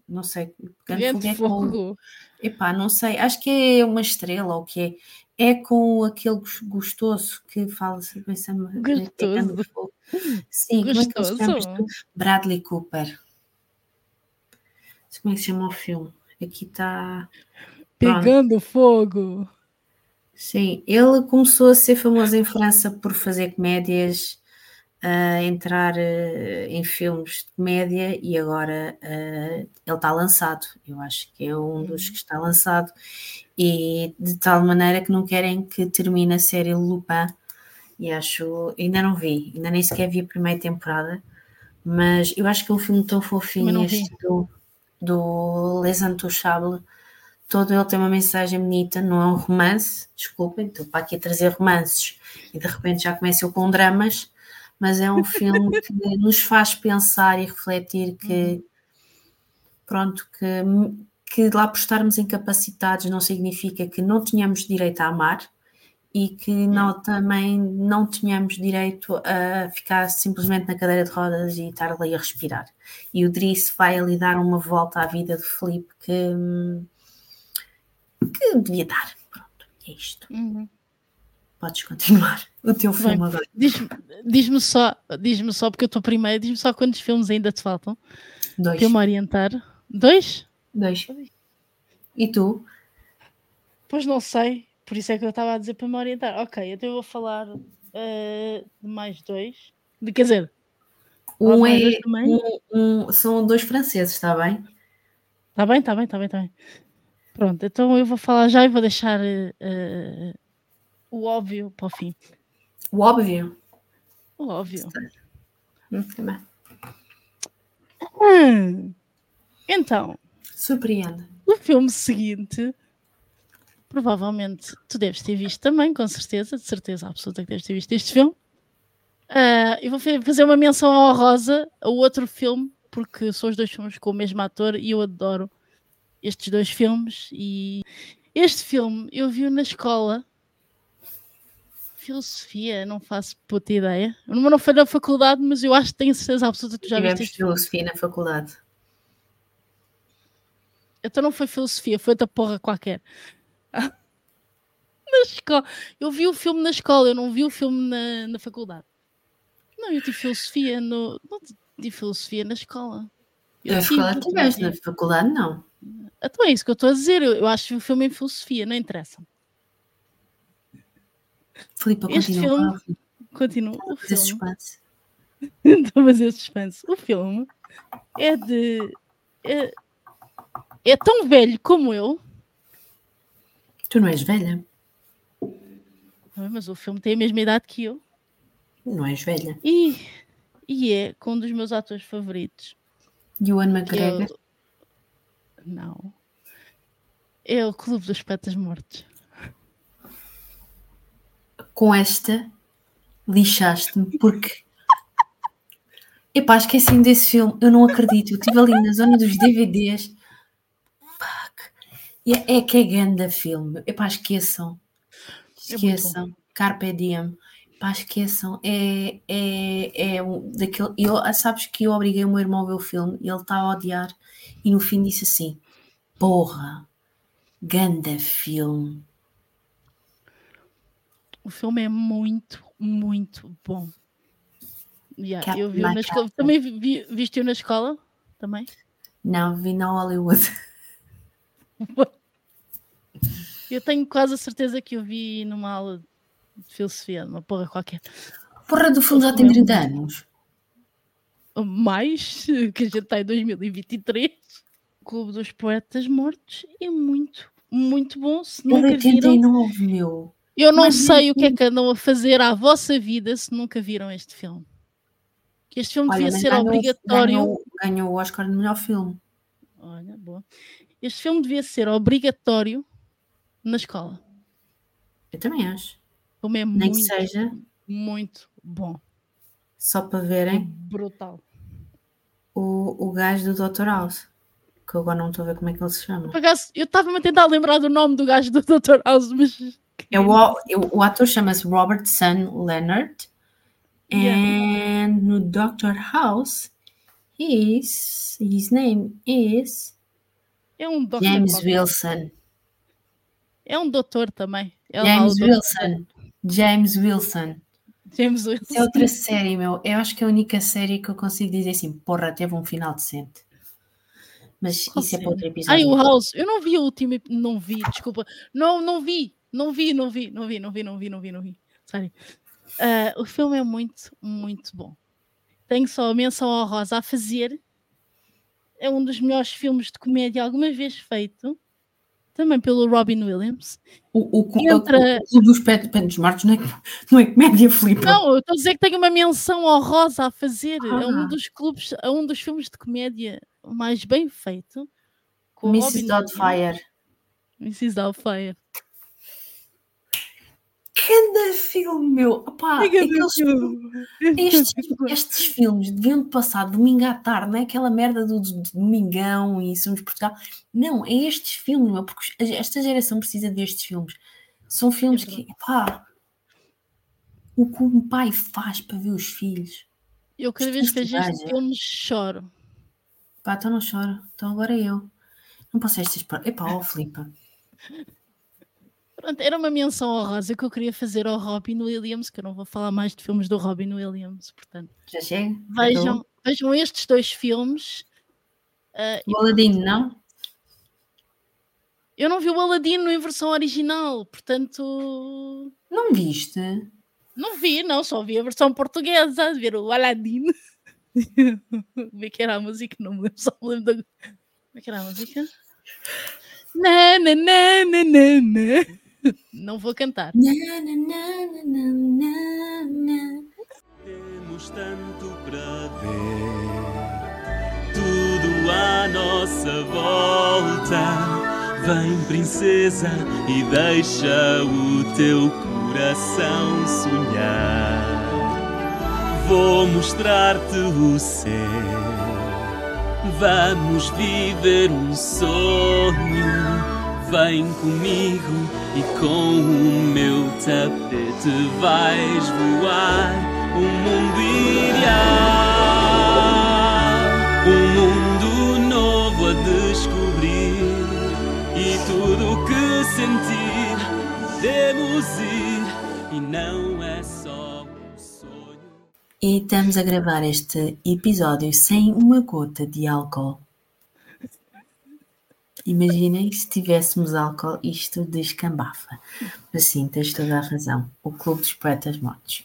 Não sei.
Pegando
Pegando fogo é com.
fogo.
Epá, não sei. Acho que é uma estrela ou o que é. É com aquele gostoso que fala sobre essa pegando
Gostoso.
fogo. Sim, como é que ele se chama?
Gostoso.
Bradley Cooper. Não sei como é que se chama o filme. Aqui está. Pronto.
Pegando fogo.
Sim, ele começou a ser famoso em França por fazer comédias, a entrar em filmes de comédia e agora ele está lançado. Eu acho que é um dos que está lançado e de tal maneira que não querem que termine a série Lupin e ainda não vi, ainda nem sequer vi a primeira temporada, mas eu acho que é um filme tão
Também
fofinho
não
este do Les Intouchables. Todo ele tem uma mensagem bonita, não é um romance, desculpem, estou para aqui a trazer romances e de repente já começo com dramas, mas é um filme que nos faz pensar e refletir que, pronto, que lá por estarmos incapacitados não significa que não tenhamos direito a amar e que também não tenhamos direito a ficar simplesmente na cadeira de rodas e estar ali a respirar. E o Driss vai ali dar uma volta à vida de Filipe que devia dar. Pronto, é isto. Podes continuar o teu filme agora.
Diz-me só, porque eu estou primeiro, diz-me só quantos filmes ainda te faltam
2.
para eu me orientar. 2?
2. E tu?
Pois não sei, por isso é que eu estava a dizer para me orientar. Ok, então eu vou falar de mais 2. Quer dizer,
Um
mais
é
dois também.
são 2 franceses, está bem?
Está bem. Pronto, então eu vou falar já e vou deixar o óbvio para o fim.
O óbvio.
O óbvio.
Tá bem.
Então,
Surpreende.
o filme seguinte, provavelmente tu deves ter visto também, com certeza, de certeza absoluta que deves ter visto este filme. Eu vou fazer uma menção honrosa a outro filme, porque são os 2 filmes com o mesmo ator e eu adoro estes 2 filmes. E este filme eu vi na escola. Filosofia, não faço puta ideia. Não foi na faculdade, mas eu acho que tenho certeza absoluta que tu já viste
Tivemos
este filme.
filosofia na faculdade.
Então não foi filosofia, foi outra porra qualquer. Na escola. Eu vi o filme na escola, eu não vi o filme na faculdade. Não, eu tive filosofia não tive filosofia na escola.
Na escola tiveste, na faculdade não.
Então é isso que eu estou a dizer. Eu acho que o filme em filosofia, não interessa.
Filipe,
Este
continua.
filme continua. O filme.
Suspense.
Estou a fazer suspense. O filme é de. É tão velho como eu.
Tu não és velha?
Mas o filme tem a mesma idade que eu.
Não és velha.
E é com um dos meus atores favoritos.
Ewan McGregor.
Não. É o Clube dos Poetas Mortos.
Com esta, lixaste-me, porque... Epá, esqueci-me desse filme. Eu não acredito. Eu estive ali na zona dos DVDs. Fuck. E é que é grande filme. Epá, esqueçam. Esqueçam. Carpe Diem. Epá, esqueçam. É daquele... sabes que eu obriguei o meu irmão a ver o filme e ele está a odiar. E no fim disse assim... Porra. Ganda filme.
O filme é muito, muito bom.
Yeah,
eu vi na escola. Também viste-o na escola? Também?
Não, vi na Hollywood.
Eu tenho quase a certeza que eu vi numa aula de filosofia, numa porra qualquer.
Porra do filme já tem 30 anos.
Mais, que a gente está em 2023. O Clube dos Poetas Mortos é muito, muito bom. Se nunca
89,
viram,
meu.
eu não sei o que é que andam a fazer à vossa vida se nunca viram este filme. Que este filme devia ser obrigatório.
Ganhou o Oscar de melhor filme.
Olha, boa. Este filme devia ser obrigatório na escola.
Eu também acho.
Como é
Nem
muito,
que seja
muito bom.
só para
É
verem
brutal.
o gajo do Dr. House. Que eu agora não estou a ver como é que ele se chama.
Por acaso, eu estava-me a tentar lembrar do nome do gajo do Dr. House, mas...
O ator chama-se Robertson Leonard. And no Dr. House, his name is
É um Dr.
James
qualquer.
Wilson.
É um doutor também. É lá
James
o Dr.
Wilson. James Wilson.
James
Isso é
Wilson.
outra série, meu. Eu acho que é a única série que eu consigo dizer assim, porra, teve um final decente. Mas
Qual
isso é para outro
série?
episódio.
O House. Eu não vi o último. Não vi, desculpa. Não vi. Sério. O filme é muito, muito bom. Tenho só a menção honrosa a fazer. É um dos melhores filmes de comédia alguma vez feito. Também pelo Robin Williams.
O
Entra-
Clube dos Pés Mortos não é comédia, Filipe.
Não, eu estou a dizer que tenho uma menção honrosa a fazer. É um
Ah.
dos clubes, é um dos filmes de comédia mais bem feito. Com o
Mrs.
Robin
Doubtfire.
Mrs. Doubtfire.
Cada filme, meu. Opá, estes filmes deviam de passar domingo à tarde, não é aquela merda do Domingão e Somos Portugal. Não, é estes filmes, meu, porque esta geração precisa destes filmes. São filmes que, pá, o que um pai faz para ver os filhos.
Eu cada vez que vejo este
Gaja.
filme choro.
Pá, então não choro. Então agora eu. Não posso estas... Epá, ó Filipe.
Pronto, era uma menção honrosa que eu queria fazer ao Robin Williams, que eu não vou falar mais de filmes do Robin Williams, portanto.
Já chega?
Vejam estes dois filmes.
O Aladino, não?
Eu não vi o Aladino em versão original, portanto...
Não viste?
Não vi, não, só vi a versão portuguesa, ver o Aladino. Como é que era a música? Não me lembro, só me lembro da... Como é que era a música? Na, na, na, na, na, na. Não vou cantar.
Temos tanto para ver, tudo à nossa volta. Vem, princesa, e deixa o teu coração sonhar. Vou mostrar-te o céu, vamos viver um sonho. Vem comigo e com o meu tapete vais voar um mundo ideal, um mundo novo a descobrir, e tudo o que sentir podemos ir, e não é só um sonho.
E estamos a gravar este episódio sem uma gota de álcool. Imaginem se tivéssemos álcool, isto descambafa. Mas sim, tens toda a razão. O Clube dos Poetas Mortos.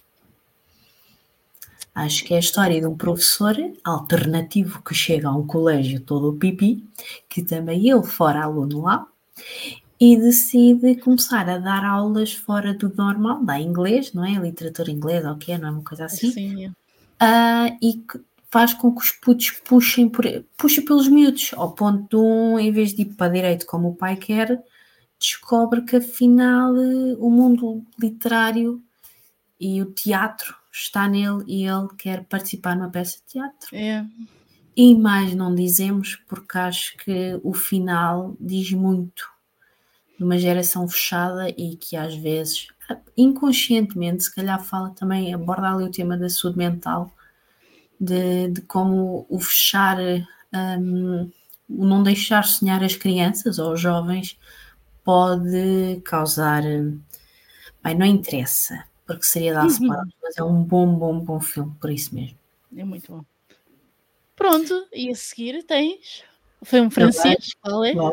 Acho que é a história de um professor alternativo que chega a um colégio todo pipi, que também ele fora aluno lá, e decide começar a dar aulas fora do normal, dá inglês, não é? Literatura inglesa ou o que é, não é uma coisa assim?
Sim.
E que faz com que os putos puxem pelos miúdos, ao ponto de em vez de ir para a direita como o pai quer, descobre que afinal o mundo literário e o teatro está nele e ele quer participar numa peça de teatro.
É.
E mais não dizemos, porque acho que o final diz muito de uma geração fechada e que às vezes, inconscientemente, se calhar fala também, aborda ali o tema da saúde mental, de como o fechar, o não deixar sonhar as crianças ou os jovens pode causar... Bem, não interessa, porque seria dar spoilers, mas é um bom filme, por isso mesmo.
É muito bom. Pronto, e a seguir tens o filme francês, qual é?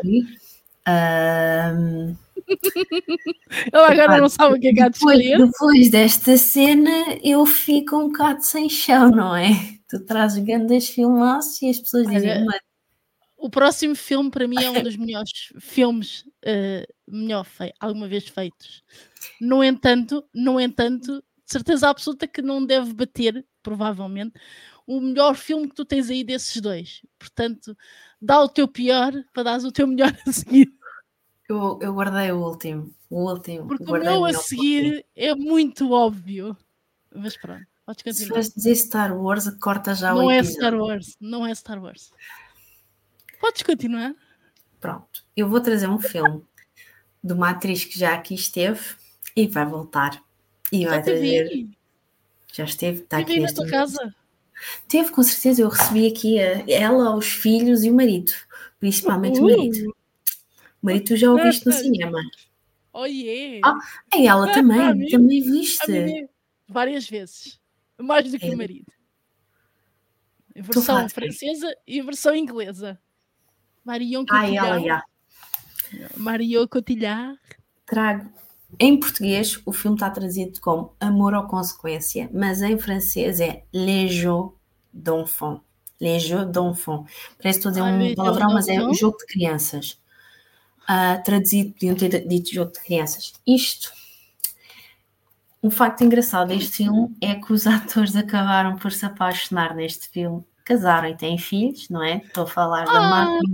Ela agora não sabe o que é que há de escolher.
Depois desta cena eu fico um bocado sem chão, não é? Tu trazes grandes filmaços e as pessoas dizem...
O próximo filme para mim é um dos melhores filmes alguma vez feitos. No entanto, de certeza absoluta que não deve bater, provavelmente, o melhor filme que tu tens aí desses dois. Portanto, dá o teu pior para dares o teu melhor a seguir.
Eu guardei o último.
Porque o meu a seguir é muito óbvio. Mas pronto, podes continuar.
Se vais dizer Star Wars, corta já
não
o
é
episódio.
Star Wars, não é Star Wars. Podes continuar.
Pronto, eu vou trazer um filme de uma atriz que já aqui esteve e vai voltar. E vai trazer... Já esteve, está aqui
na tua casa.
Teve, com certeza, eu recebi aqui ela, os filhos e o marido. Principalmente o marido. O marido tu já o viste no cinema.
Oh, yeah.
Ah, e ela
A
também
mim-
também
A
viste.
mim, várias vezes. Mais do que
É.
o marido. Em
a
versão
falar de quem?
francesa e em versão inglesa. Marion
Ela,
Cotillard.
já.
Marion Cotillard.
Trago. Em português, o filme está traduzido como Amor ou Consequência, mas em francês é Les Jeux d'Enfants. Les Jeux d'Enfants. Parece que estou a dizer
Les
um
Jeux
palavrão, mas é o
d'Enfants.
jogo de crianças. Traduzido, podiam ter dito jogo de crianças. Isto, um facto engraçado deste filme é que os atores acabaram por se apaixonar neste filme. Casaram e têm filhos, não é? Estou a falar da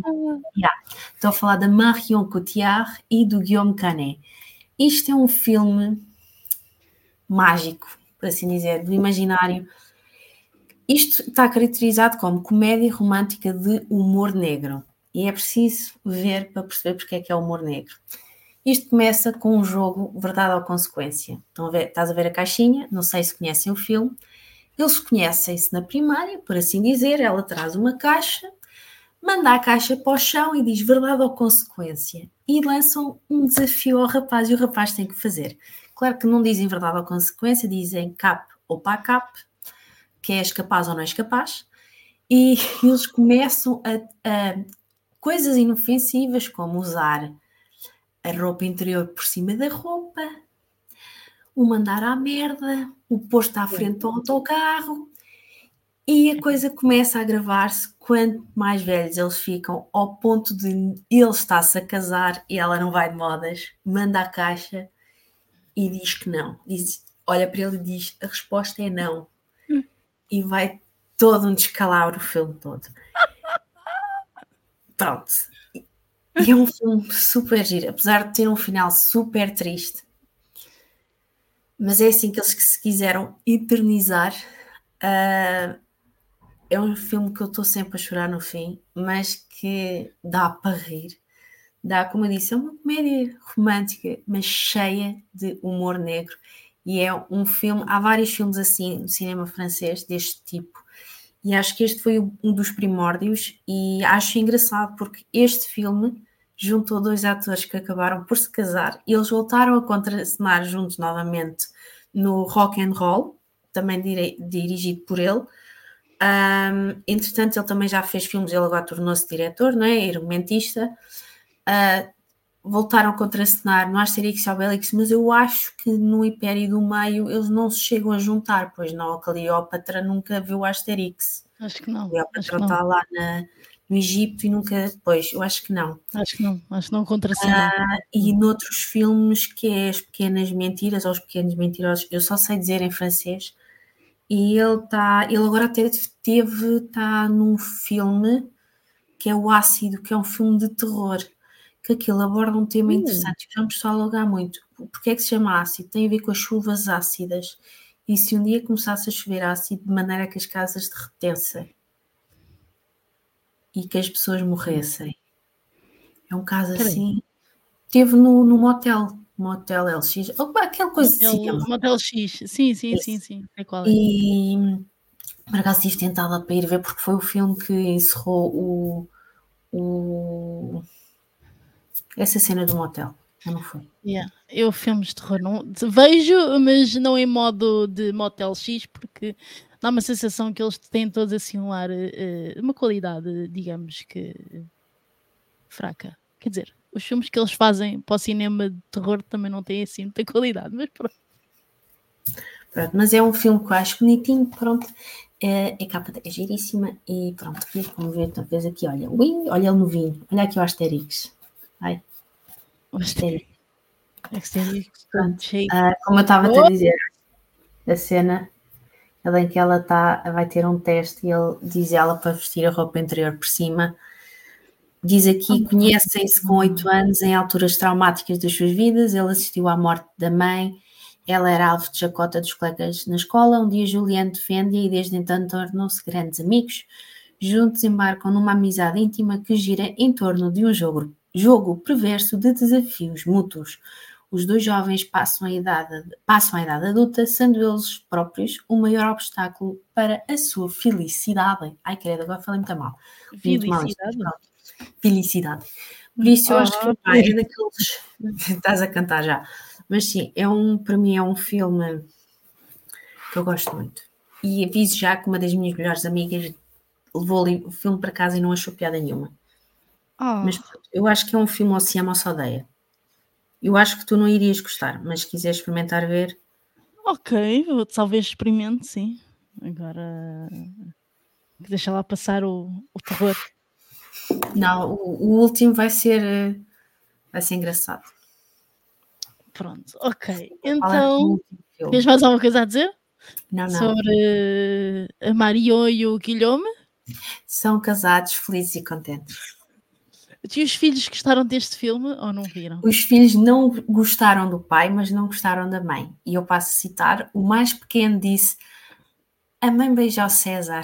Marion Cotillard e do Guillaume Canet. Isto é um filme mágico, por assim dizer, do imaginário. Isto está caracterizado como comédia romântica de humor negro. E é preciso ver para perceber porque é que é humor negro. Isto começa com um jogo verdade ou consequência. Estás a ver a caixinha? Não sei se conhecem o filme. Eles conhecem-se na primária, por assim dizer. Ela traz uma caixa, manda a caixa para o chão e diz verdade ou consequência. E lançam um desafio ao rapaz e o rapaz tem que fazer. Claro que não dizem verdade ou consequência, dizem cap ou pá cap, que és capaz ou não és capaz. E eles começam a coisas inofensivas, como usar a roupa interior por cima da roupa, o mandar à merda, o posto à frente do autocarro. E a coisa começa a agravar-se quanto mais velhos eles ficam, ao ponto de ele está-se a casar e ela não vai de modas, manda a caixa e diz que não. Olha para ele e diz, a resposta é não. E vai todo um descalabro o filme todo. Pronto. E é um filme super giro, apesar de ter um final super triste. Mas é assim que eles se quiseram eternizar. É um filme que eu estou sempre a chorar no fim, mas que dá para rir. Dá, como eu disse, é uma comédia romântica, mas cheia de humor negro. E é um filme, há vários filmes assim no cinema francês deste tipo. E acho que este foi um dos primórdios e acho engraçado porque este filme juntou dois atores que acabaram por se casar e eles voltaram a contracenar juntos novamente no Rock and Roll, também dirigido por ele. Entretanto, ele também já fez filmes, ele agora tornou-se diretor, não é? Argumentista. Voltaram a contracenar no Asterix e Obelix, mas eu acho que no Império do Meio eles não se chegam a juntar, pois não, a Cleópatra nunca viu o Asterix.
Acho que não.
A Cleópatra está lá no Egito e nunca, pois, eu acho que não.
Acho que não contracenou.
E noutros filmes que é As Pequenas Mentiras ou Os Pequenos Mentirosos, eu só sei dizer em francês, e ele agora até está num filme que é o Ácido, que é um filme de terror, que aquilo aborda um tema interessante, que vamos só alugar muito. Porque é que se chama ácido? Tem a ver com as chuvas ácidas. E se um dia começasse a chover ácido de maneira que as casas derretessem e que as pessoas morressem. É um caso assim. Teve no motel LX, aquela coisa de cinema.
Motel X, sim. É qual é?
E por acaso tive tentado para ir ver, porque foi o filme que encerrou essa cena do motel. Não foi?
Yeah. Eu filmes de terror não vejo, mas não em modo de Motel X, porque dá uma sensação que eles têm todos assim um ar, uma qualidade, digamos que fraca. Quer dizer, os filmes que eles fazem para o cinema de terror também não têm assim muita qualidade, mas pronto.
Mas é um filme que eu acho bonitinho, pronto. A capa é giríssima e pronto, como ver, talvez aqui, olha ele no vinho, olha aqui o Asterix. Ai.
Asterix.
Como eu estava a dizer, a cena em que ela vai ter um teste e ele diz ela para vestir a roupa interior por cima. Diz aqui, conhecem-se com 8 anos em alturas traumáticas das suas vidas. Ele assistiu à morte da mãe, ela era alvo de chacota dos colegas na escola. Um dia Juliano defende-a e desde então tornam-se grandes amigos. Juntos embarcam numa amizade íntima que gira em torno de um jogo perverso de desafios mútuos. Os dois jovens passam a idade adulta, sendo eles próprios o maior obstáculo para a sua felicidade. Ai, credo, agora falei muito mal.
Felicidade?
Felicidade. Por isso eu acho que
Ah,
pá, é daqueles. Estás a cantar já. Mas sim, para mim é um filme que eu gosto muito. E aviso já que uma das minhas melhores amigas levou ali o filme para casa e não achou piada nenhuma. Mas pronto, eu acho que é um filme ou se ama ou se odeia. Eu acho que tu não irias gostar, mas se quiseres experimentar ver,
ok, eu talvez experimente, sim. Agora deixa lá passar o terror.
não, o último vai ser engraçado.
Pronto, ok.
Qual é o
Então,
último filme?
tens mais alguma coisa a dizer
Não.
sobre a Mario e o Guilherme?
São casados, felizes e contentes.
E os filhos gostaram deste filme ou não viram?
Os filhos não gostaram do pai, mas não gostaram da mãe. E eu passo a citar: o mais pequeno disse: a mãe beijou o César.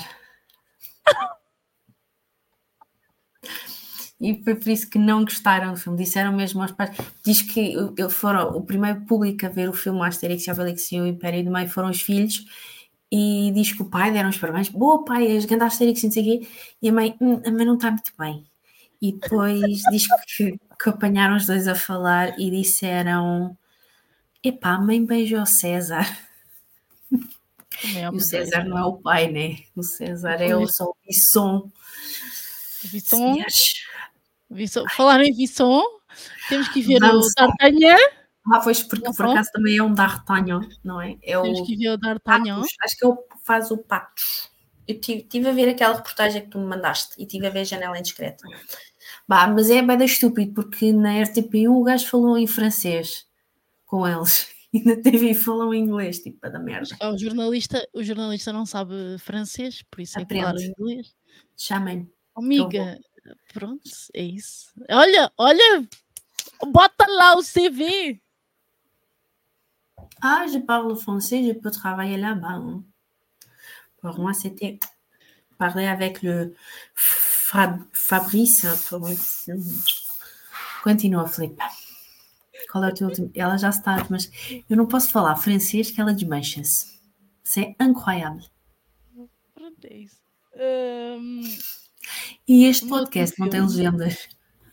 E foi por isso que não gostaram do filme. Disseram mesmo aos pais. Diz que foram o primeiro público a ver o filme Asterix e Obelix e o Império do Meio foram os filhos. E diz que o pai deram os parabéns. Boa, pai, és grande Asterix e não sei o quê. E a mãe não está muito bem. E depois diz que apanharam os dois a falar e disseram: epá, a mãe beijou o César.
Também é
E
uma
o
ideia.
César não é o pai, né? O César é só o Bisson.
Visson,
Yes.
falar em Visson, temos que ver
Vamos
o D'Artagnan.
pois, porque por acaso também é um D'Artagnan, não é? É
Temos
o
que ver o D'Artagnan.
Patos, acho que ele faz o Patos. Eu tive a ver aquela reportagem que tu me mandaste e tive a ver a Janela Indiscreta. Mas é bem estúpido, porque na RTP1 o gajo falou em francês com eles e na TV falam em inglês, tipo, da merda.
O jornalista não sabe francês, por isso é que fala
Aprende.
inglês.
Chamem-me.
Amiga, pronto, é isso. Olha, bota lá o CV.
Je parle français, je peux travailler là-bas. Hein. Pour moi, c'était parler avec le Fabrice. Continua, Filipe. Qual é o teu último? Ela já está, mas eu não posso falar francês que ela desmancha-se. C'est incroyable.
Pronto, é isso.
E este
Um
podcast
outro
não tem
filme.
legendas.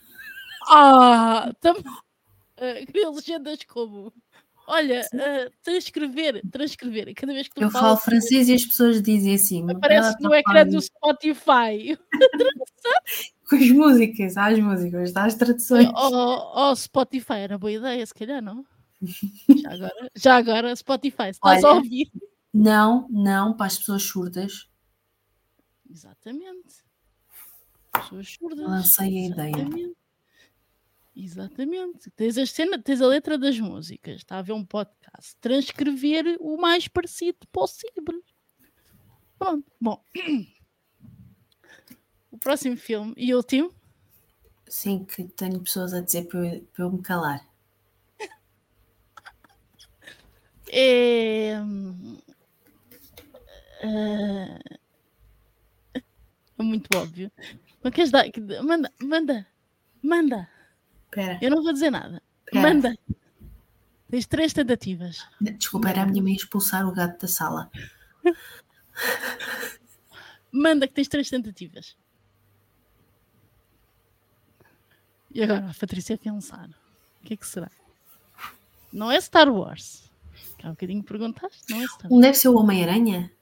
Queria legendas como? Olha, transcrever. Cada vez que tu
Eu falo francês e as pessoas dizem assim.
aparece no ecrã do Spotify.
Com as músicas, às traduções.
Spotify era boa ideia, se calhar, não? Já agora, Spotify, se estás a
Olha,
ouvir.
Não, para as pessoas surdas.
Exatamente. Pessoas surdas.
Lancei a ideia.
Exatamente. Tens a letra das músicas, está a ver um podcast. Transcrever o mais parecido possível. Pronto. Bom. O próximo filme e último.
Sim, que tenho pessoas a dizer para eu me calar.
É muito óbvio. Mas queres dar? Manda.
Espera.
Eu não vou dizer nada.
Pera.
Manda. Tens 3 tentativas.
Desculpa, era a minha mãe expulsar o gato da sala.
Manda que tens 3 tentativas. E agora a Patrícia a pensar. O que é que será? Não é Star Wars. Que há um bocadinho perguntaste. Não é Star Wars.
Não deve ser o Homem-Aranha?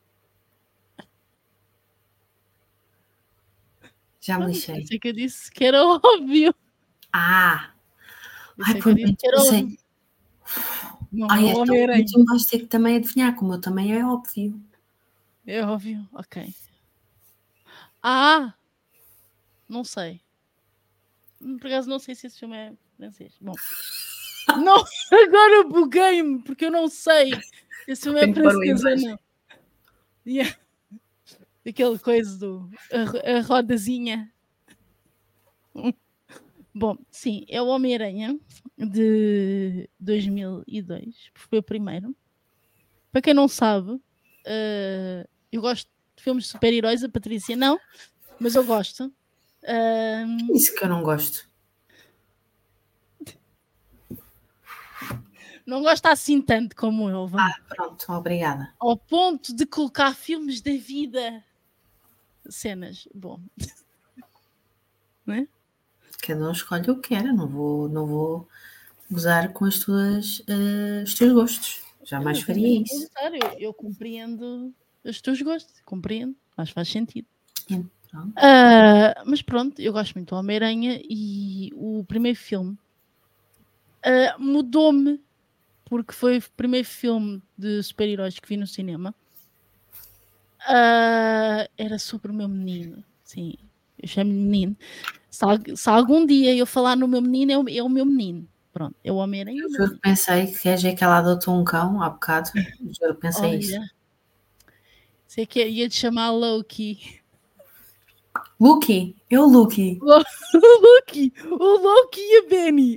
Já me lixei.
Sei que eu disse que era óbvio.
Ai,
Sei
por
que eu
mim,
disse que era
não sei.
óbvio. Não,
Ai,
é o
então
Homem-Aranha.
tu vais ter que também adivinhar, como eu também é óbvio.
É óbvio, ok. Não sei. Por acaso não sei se esse filme é francês. Bom. Não, agora buguei-me, porque eu não sei se esse filme é
Tenho que pôr uma
francês ou
imagem.
não. Yeah. Aquela coisa a rodazinha. Bom, sim, é o Homem-Aranha de 2002, foi o primeiro. Para quem não sabe, eu gosto de filmes de super-heróis, a Patrícia não, mas eu gosto.
Isso que eu não gosto.
Não gosto assim tanto como eu, vá.
Pronto, obrigada.
Ao ponto de colocar filmes da vida, cenas. Bom, não é?
Cada um escolhe o que quer. Não vou gozar com os teus gostos. Jamais faria isso.
Eu compreendo os teus gostos, compreendo, mas faz sentido.
Pronto.
Mas pronto, eu gosto muito do Homem-Aranha e o primeiro filme mudou-me, porque foi o primeiro filme de super-heróis que vi no cinema. Era sobre o meu menino, sim, eu chamo-lhe menino. Se algum dia eu falar no meu menino, é o meu menino. Pronto, é o Homem-Aranha.
Eu juro que pensei que é que ela adotou um cão há bocado. Juro que pensei isso.
Sei que ia te chamar Loki.
Lucky? Eu, Lucky.
O Loki e a Benny.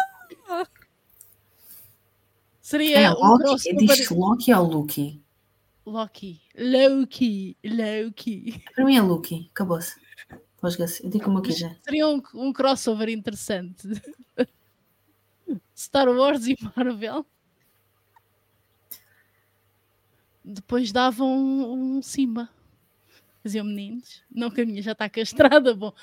Seria um
Loki?
crossover.
Diz Loki ou Lucky?
Loki.
Para mim é Lucky. Acabou-se. Eu digo como eu quiser.
Seria um crossover interessante. Star Wars e Marvel. Depois davam um Simba. Faziam meninos. Não que a minha já está castrada. Bom.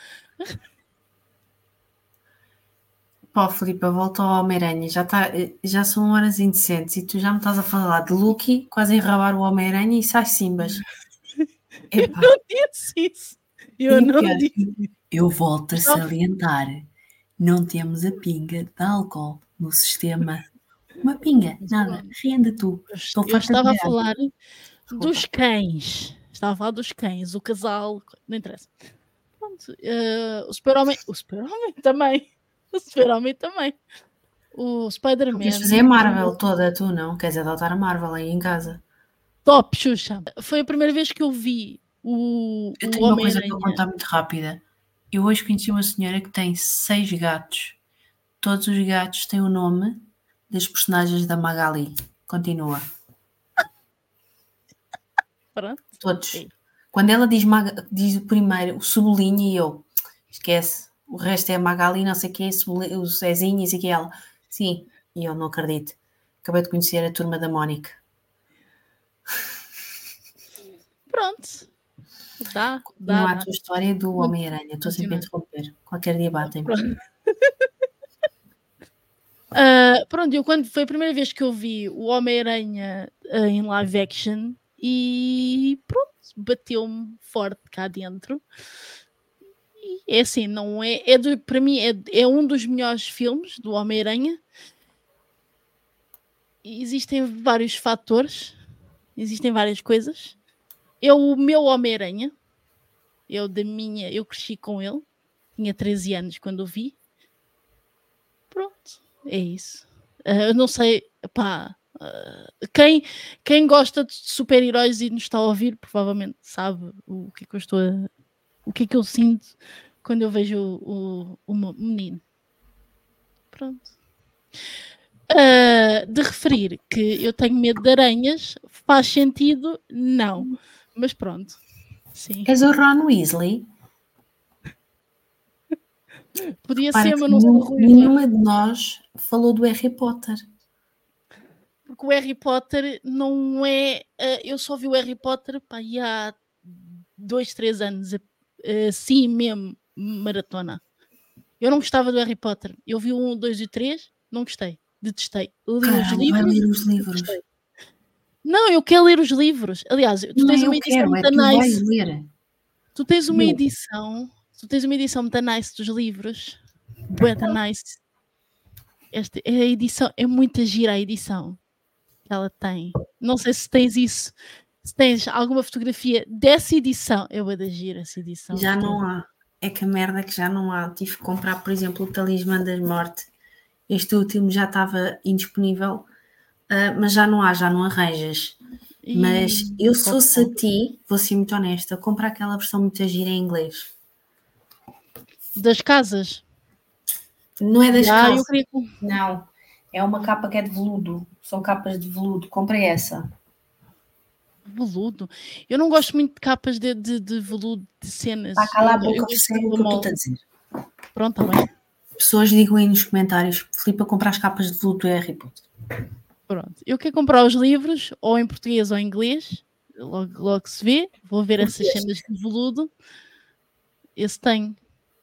Pô, Filipe, volta ao Homem-Aranha. Já são horas indecentes e tu já me estás a falar de Lucky, quase a enrabar o Homem-Aranha e sai Simbas.
Eu não disse isso.
Eu volto a salientar. Não temos a pinga de álcool no sistema. Uma pinga, nada. Renda tu.
Eu estava a falar dos cães. Estava a falar dos cães. O casal. Não interessa. Pronto. O Super-Homem também. O Super-Homem também. O Spider-Man.
Queres fazer a Marvel toda, tu não? Queres adotar a Marvel aí em casa?
Top, Xuxa. Foi a primeira vez que eu vi o
Eu tenho uma coisa
Homem-Aranha.
para contar muito rápida. Eu hoje conheci uma senhora que tem 6 gatos. Todos os gatos têm o nome das personagens da Magali. Continua.
Pronto.
Todos.
Sim.
Quando ela diz o primeiro, o sublinho, e eu, esquece. O resto é a Magali, não sei o quê, o Zezinho, e sei o que ela. Sim, e eu não acredito. Acabei de conhecer a turma da Mónica.
Pronto. Dá.
Não há a tua história do Homem-Aranha. Estou sempre a interromper. Qualquer dia batem.
Pronto, quando foi a primeira vez que eu vi o Homem-Aranha em live action e pronto, bateu-me forte cá dentro. E é assim, não para mim é um dos melhores filmes do Homem-Aranha. Existem vários fatores, existem várias coisas. É o meu Homem-Aranha. Eu cresci com ele. Tinha 13 anos quando o vi. Pronto, é isso. Eu não sei, pá. Quem gosta de super-heróis e nos está a ouvir, provavelmente sabe o que é que eu estou o que é que eu sinto quando eu vejo o menino. Pronto. De referir que eu tenho medo de aranhas, faz sentido? Não. Mas pronto. Sim.
És o Ron Weasley?
Podia
Para
ser,
que
mas não sou ruiva.
nenhuma de nós falou do Harry Potter.
Porque o Harry Potter não é... eu só vi o Harry Potter há 2, 3 anos. Assim mesmo, maratona. Eu não gostava do Harry Potter. Eu vi o 1, 2 e 3, não gostei. Detestei.
Caralho, vai ler os livros.
Detestei. Não, eu quero ler os livros. Aliás, tu tens uma edição muito nice.
Ler.
Tu tens uma edição muito nice dos livros. Muito nice. A edição é muito gira, a edição que ela tem. Não sei se tens isso. Se tens alguma fotografia dessa edição, eu vou gira essa edição.
Já não há. É que a merda é que já não há. Tive que comprar, por exemplo, o Talismã da Morte. Este último já estava indisponível, mas já não há, já não arranjas. Mas eu sou a ti, vou ser muito honesta, comprar aquela versão muito gira em inglês.
Das casas?
Não é das casas.
Queria...
Não. É uma capa que é de veludo. São capas de veludo. Comprei essa.
Veludo? Eu não gosto muito de capas de veludo, de cenas.
Está cala a boca, percebe o que eu estou a dizer.
Pronto, está bem.
Pessoas digam aí nos comentários, Filipe, a comprar as capas de veludo do Harry Potter.
Pronto. Eu quero comprar os livros, ou em português ou em inglês. Logo se vê. Vou ver essas cenas de veludo. Esse tenho.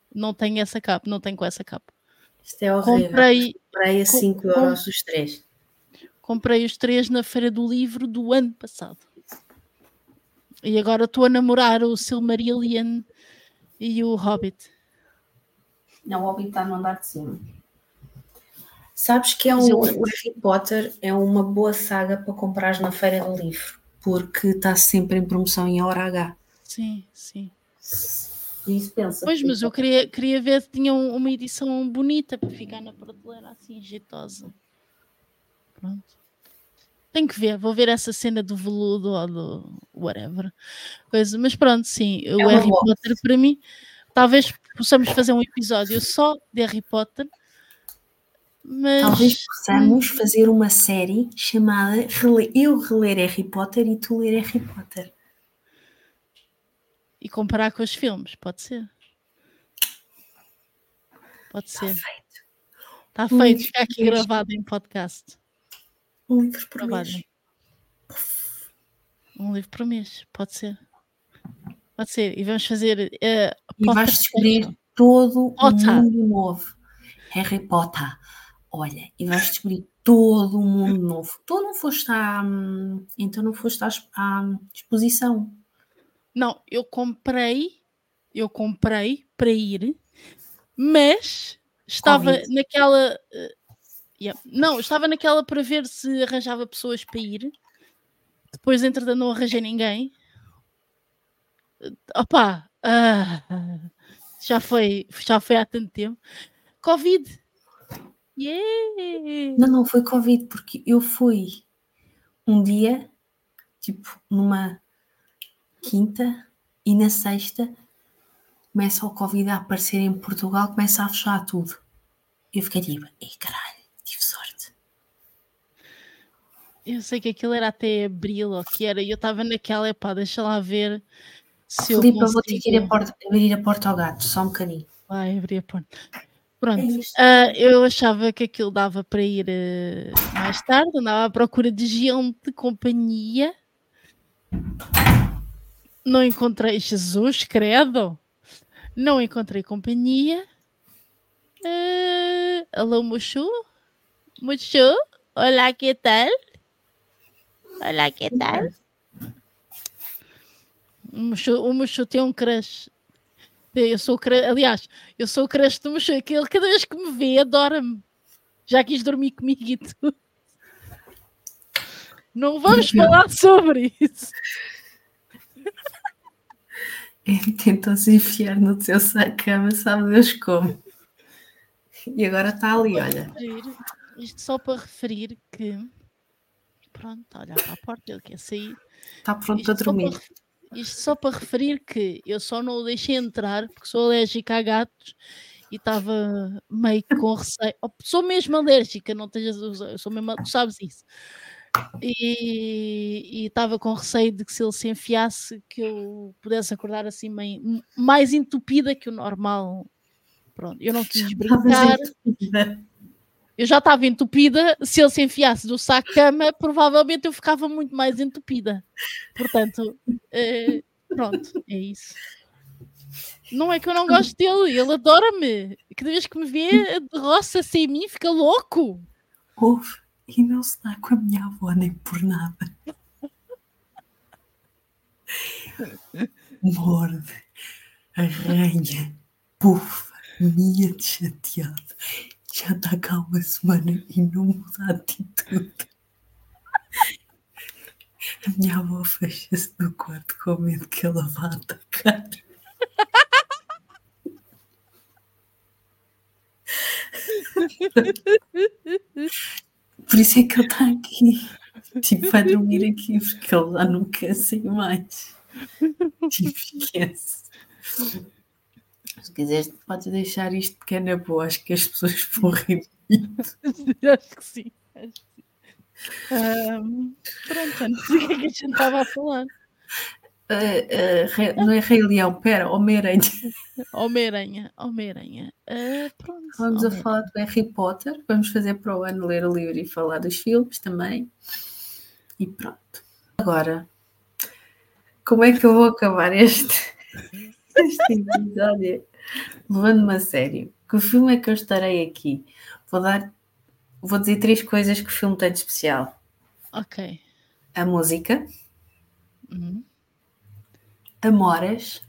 Não tenho essa capa, não tenho com essa capa.
Isto é horrível.
Comprei,
Comprei a
com-
5 euros os 3.
comprei os 3 na Feira do Livro do ano passado. E agora estou a namorar o Silmarillion e o Hobbit.
Não, o Hobbit está no andar de cima. Sabes que
Mas
o Harry Potter é uma boa saga para comprares na Feira do Livro, porque está sempre em promoção em hora H.
Sim, sim.
Por isso pensa.
Pois, mas eu queria ver se tinha uma edição bonita para ficar na prateleira assim, jeitosa. Pronto. Tenho que ver, vou ver essa cena do veludo ou do whatever. Coisa. Mas pronto, sim, o
uma
Harry
boa.
Potter para mim, talvez possamos fazer um episódio só de Harry Potter. Mas
Talvez possamos fazer uma série chamada Eu reler Harry Potter e tu ler Harry Potter.
e comparar com os filmes, pode ser. Pode ser.
Feito.
Está
Um
feito,
livro
fica aqui
por mês.
gravado em podcast.
Um livro por
Gravado.
mês.
Um livro por mês, pode ser. Pode ser. E vamos fazer.
E
Potter
vais descobrir
Special.
todo
Potter.
um mundo novo. Harry Potter. Olha, e vais descobrir todo um mundo novo. Tu não foste então não foste à exposição.
Não, eu comprei para ir, mas estava
Covid.
naquela. Não, estava naquela para ver se arranjava pessoas para ir. Depois, entretanto, não arranjei ninguém. Opa! Já foi há tanto tempo. Covid! Yeah!
Não foi Covid, porque eu fui um dia, tipo, numa quinta, e na sexta começa o Covid a aparecer em Portugal, começa a fechar tudo. Eu fiquei tipo, ei caralho, tive sorte.
Eu sei que aquilo era até abril, ou que era, e eu estava naquela, epá, deixa lá ver se eu
Filipe, eu vou ter que ir
consigo.
abrir a porta ao gato, só um bocadinho.
Vai abrir a porta. Pronto,
É isto.
eu achava que aquilo dava para ir mais tarde, andava à procura de gente, de companhia. Não encontrei, Jesus, credo, não encontrei companhia. Alô, Muxu? Muxu? Olá, que tal? Olá, que tal? O Muxu tem um crush. Aliás, eu sou o crush do Muxu. Aquele, cada vez que me vê, adora-me. Já quis dormir comigo e tudo. Não vamos falar sobre isso.
Tentou-se enfiar no teu cama, sabe Deus como. E agora está ali, olha.
Isto só para referir que... Pronto, está a olhar para a porta, ele quer sair.
Está pronto para dormir.
Isto só para referir que eu só não o deixei entrar porque sou alérgica a gatos e estava meio com receio. Sou mesmo alérgica, não tenhas, eu sou mesmo, tu sabes isso. E estava com receio de que se ele se enfiasse que eu pudesse acordar assim meio, mais entupida que o normal. Pronto, eu não quis brincar. Eu já estava entupida, se ele se enfiasse do saco-cama, provavelmente eu ficava muito mais entupida. Portanto, pronto, é isso. Não é que eu não gosto dele, ele adora-me. Cada vez que me vê, roça-se em mim, fica louco.
Ouve, e não se dá com a minha avó nem por nada. Morde, arranha, pufa, mia de chateado. Já está cá uma semana e não muda a atitude. A minha avó fecha-se no quarto com medo que ela vá atacar. Por isso é que ele está aqui. Tipo, vai dormir aqui, porque ele lá não quer sair mais. Tipo, esquece. Se quiseres, podes deixar isto pequeno, boa. Acho que as pessoas vão rir muito.
Acho que sim. Pronto, já não sei o que é que a gente estava a falar.
Não é Rei Leão, pera, Homem-Aranha.
Homem-Aranha. Pronto.
Vamos a falar do Harry Potter. Vamos fazer para o ano ler o livro e falar dos filmes também. E pronto. Agora, como é que eu vou acabar este episódio? Levando-me a sério, que filme é que eu estarei aqui? Vou dizer 3 coisas que o filme tem de especial.
Ok.
A música,
Uhum.
Amoras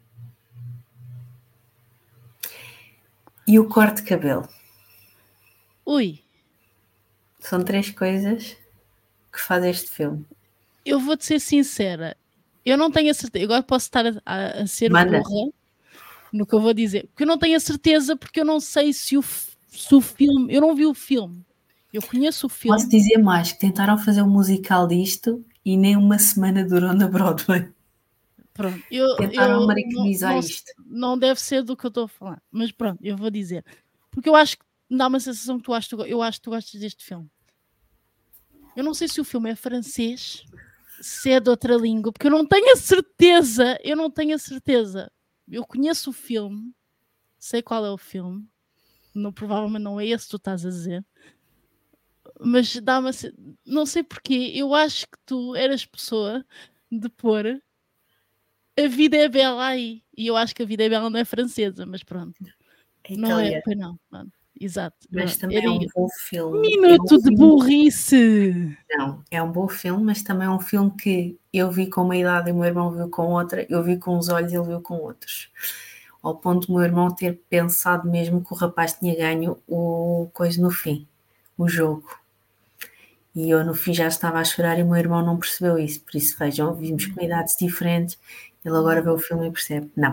e o corte de cabelo.
Ui,
São 3 coisas que fazem este filme.
eu vou-te ser sincera. Eu não tenho a certeza. Agora posso estar a ser
Manda.
burra no que eu vou dizer. Porque eu não tenho a certeza, porque eu não sei se o filme. Eu não vi o filme. Eu conheço o filme.
Posso dizer mais, que tentaram fazer um musical disto e nem uma semana durou na Broadway.
Pronto,
Tentaram
eu
americanizar
não,
isto.
não deve ser do que eu estou a falar, mas pronto, eu vou dizer. Porque eu acho que dá uma sensação que eu acho que tu gostas deste filme. Eu não sei se o filme é francês, se é de outra língua, porque eu não tenho a certeza, Eu conheço o filme, sei qual é o filme, provavelmente não é esse que tu estás a dizer, mas dá-me não sei porquê, eu acho que tu eras pessoa de pôr A Vida é Bela aí. E eu acho que A Vida é Bela não é francesa, mas pronto.
É
Não é,
italiano.
pois não. Pronto. Exato.
Mas
Pronto.
também
Era
é um
isso.
bom filme.
Minuto de burrice.
Não, é um bom filme, mas também é um filme que eu vi com uma idade e o meu irmão viu com outra, eu vi com uns olhos e ele viu com outros. Ao ponto do meu irmão ter pensado mesmo que o rapaz tinha ganho o coisa no fim, o jogo. E eu no fim já estava a chorar e o meu irmão não percebeu isso. Por isso, vejam, vimos com idades diferentes, ele agora vê o filme e percebe. Não.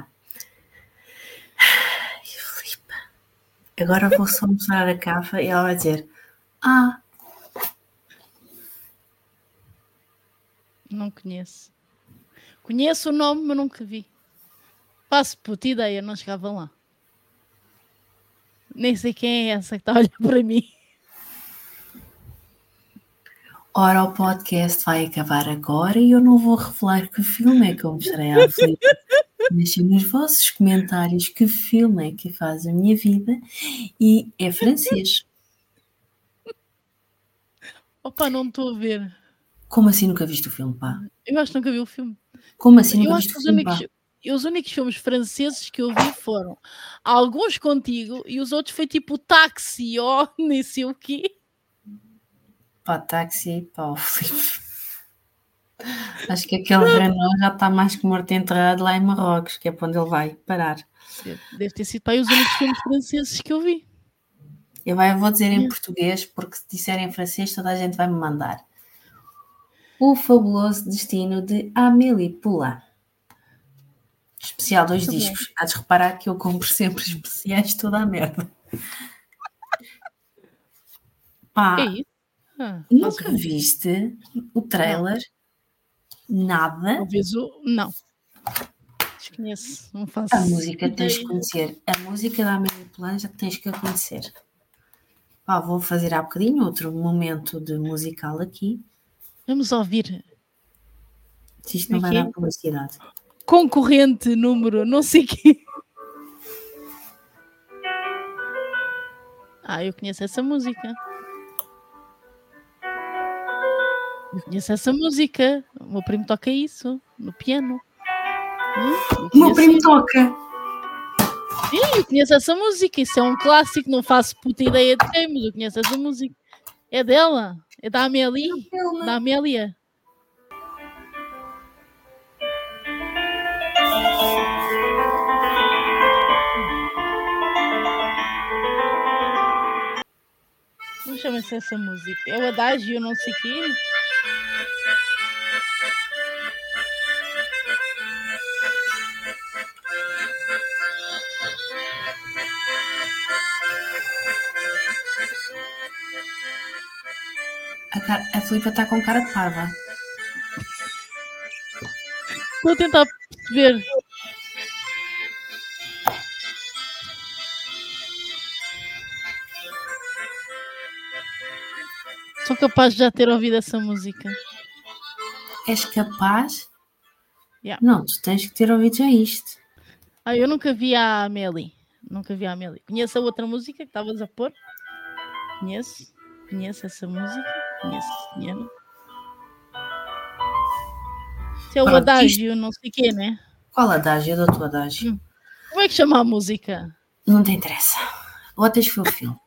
Ai, Filipe, agora vou só mostrar a capa e ela vai dizer: Ah,
Não conheço. Conheço o nome, mas nunca vi. Faço puta ideia, não chegava lá. Nem sei quem é essa que está a olhar para mim.
ora, o podcast vai acabar agora e eu não vou revelar que filme é que eu mostrei à Filipe. Deixem nos vossos comentários que filme é que faz a minha vida e é francês.
Opa, não estou a ver.
Como assim nunca viste o filme, pá?
Eu acho que nunca vi o filme.
Como assim
Eu
nunca
acho
viste
que
o filme, pá?
os únicos filmes franceses que eu vi foram alguns contigo e os outros foi tipo Táxi ou nem sei o quê.
Pá, táxi, pá, o Filipe. Acho que aquele Renault já está mais que morto e enterrado lá em Marrocos, que é para onde ele vai parar.
Deve ter sido para aí os únicos filmes franceses que eu vi.
Eu vou dizer em português, porque se disser em francês toda a gente vai me mandar. O Fabuloso Destino de Amélie Poulain. Especial 2
Muito bom.
discos. Há de reparar que eu compro sempre especiais toda a merda. Pá,
É isso?
nunca viste o trailer? Nada?
Talvez o. Não. Desconheço. Não faço.
A música tens de
ideia.
conhecer. A música da Amélie Poulain já tens que a conhecer. Pá, vou fazer há bocadinho outro momento de musical aqui.
Vamos ouvir.
Se isto não vai dar publicidade.
Concorrente número não sei quê. Eu conheço essa música. O meu primo toca isso no piano.
O meu primo toca.
Sim, eu conheço essa música. Isso é um clássico. Não faço puta ideia de quem, mas eu conheço essa música. É dela. É da Amélie. Da Amélia. Como chama-se essa música? É o Adágio, não sei o quê.
A Filipa está com cara de parva.
Estou a tentar perceber. Sou capaz de já ter ouvido essa música.
És capaz?
Yeah.
Não, tu tens que ter ouvido já isto.
Eu nunca vi a Amélie. Conheço a outra música que estavas a pôr? Conheço essa música. Conheço, senhora. Isso é o
Pronto,
Adágio, não sei o quê, né?
Qual adágio? Eu dou-te o adágio.
Como é que chama a música?
Não te interessa. Ou tens que ver o filme.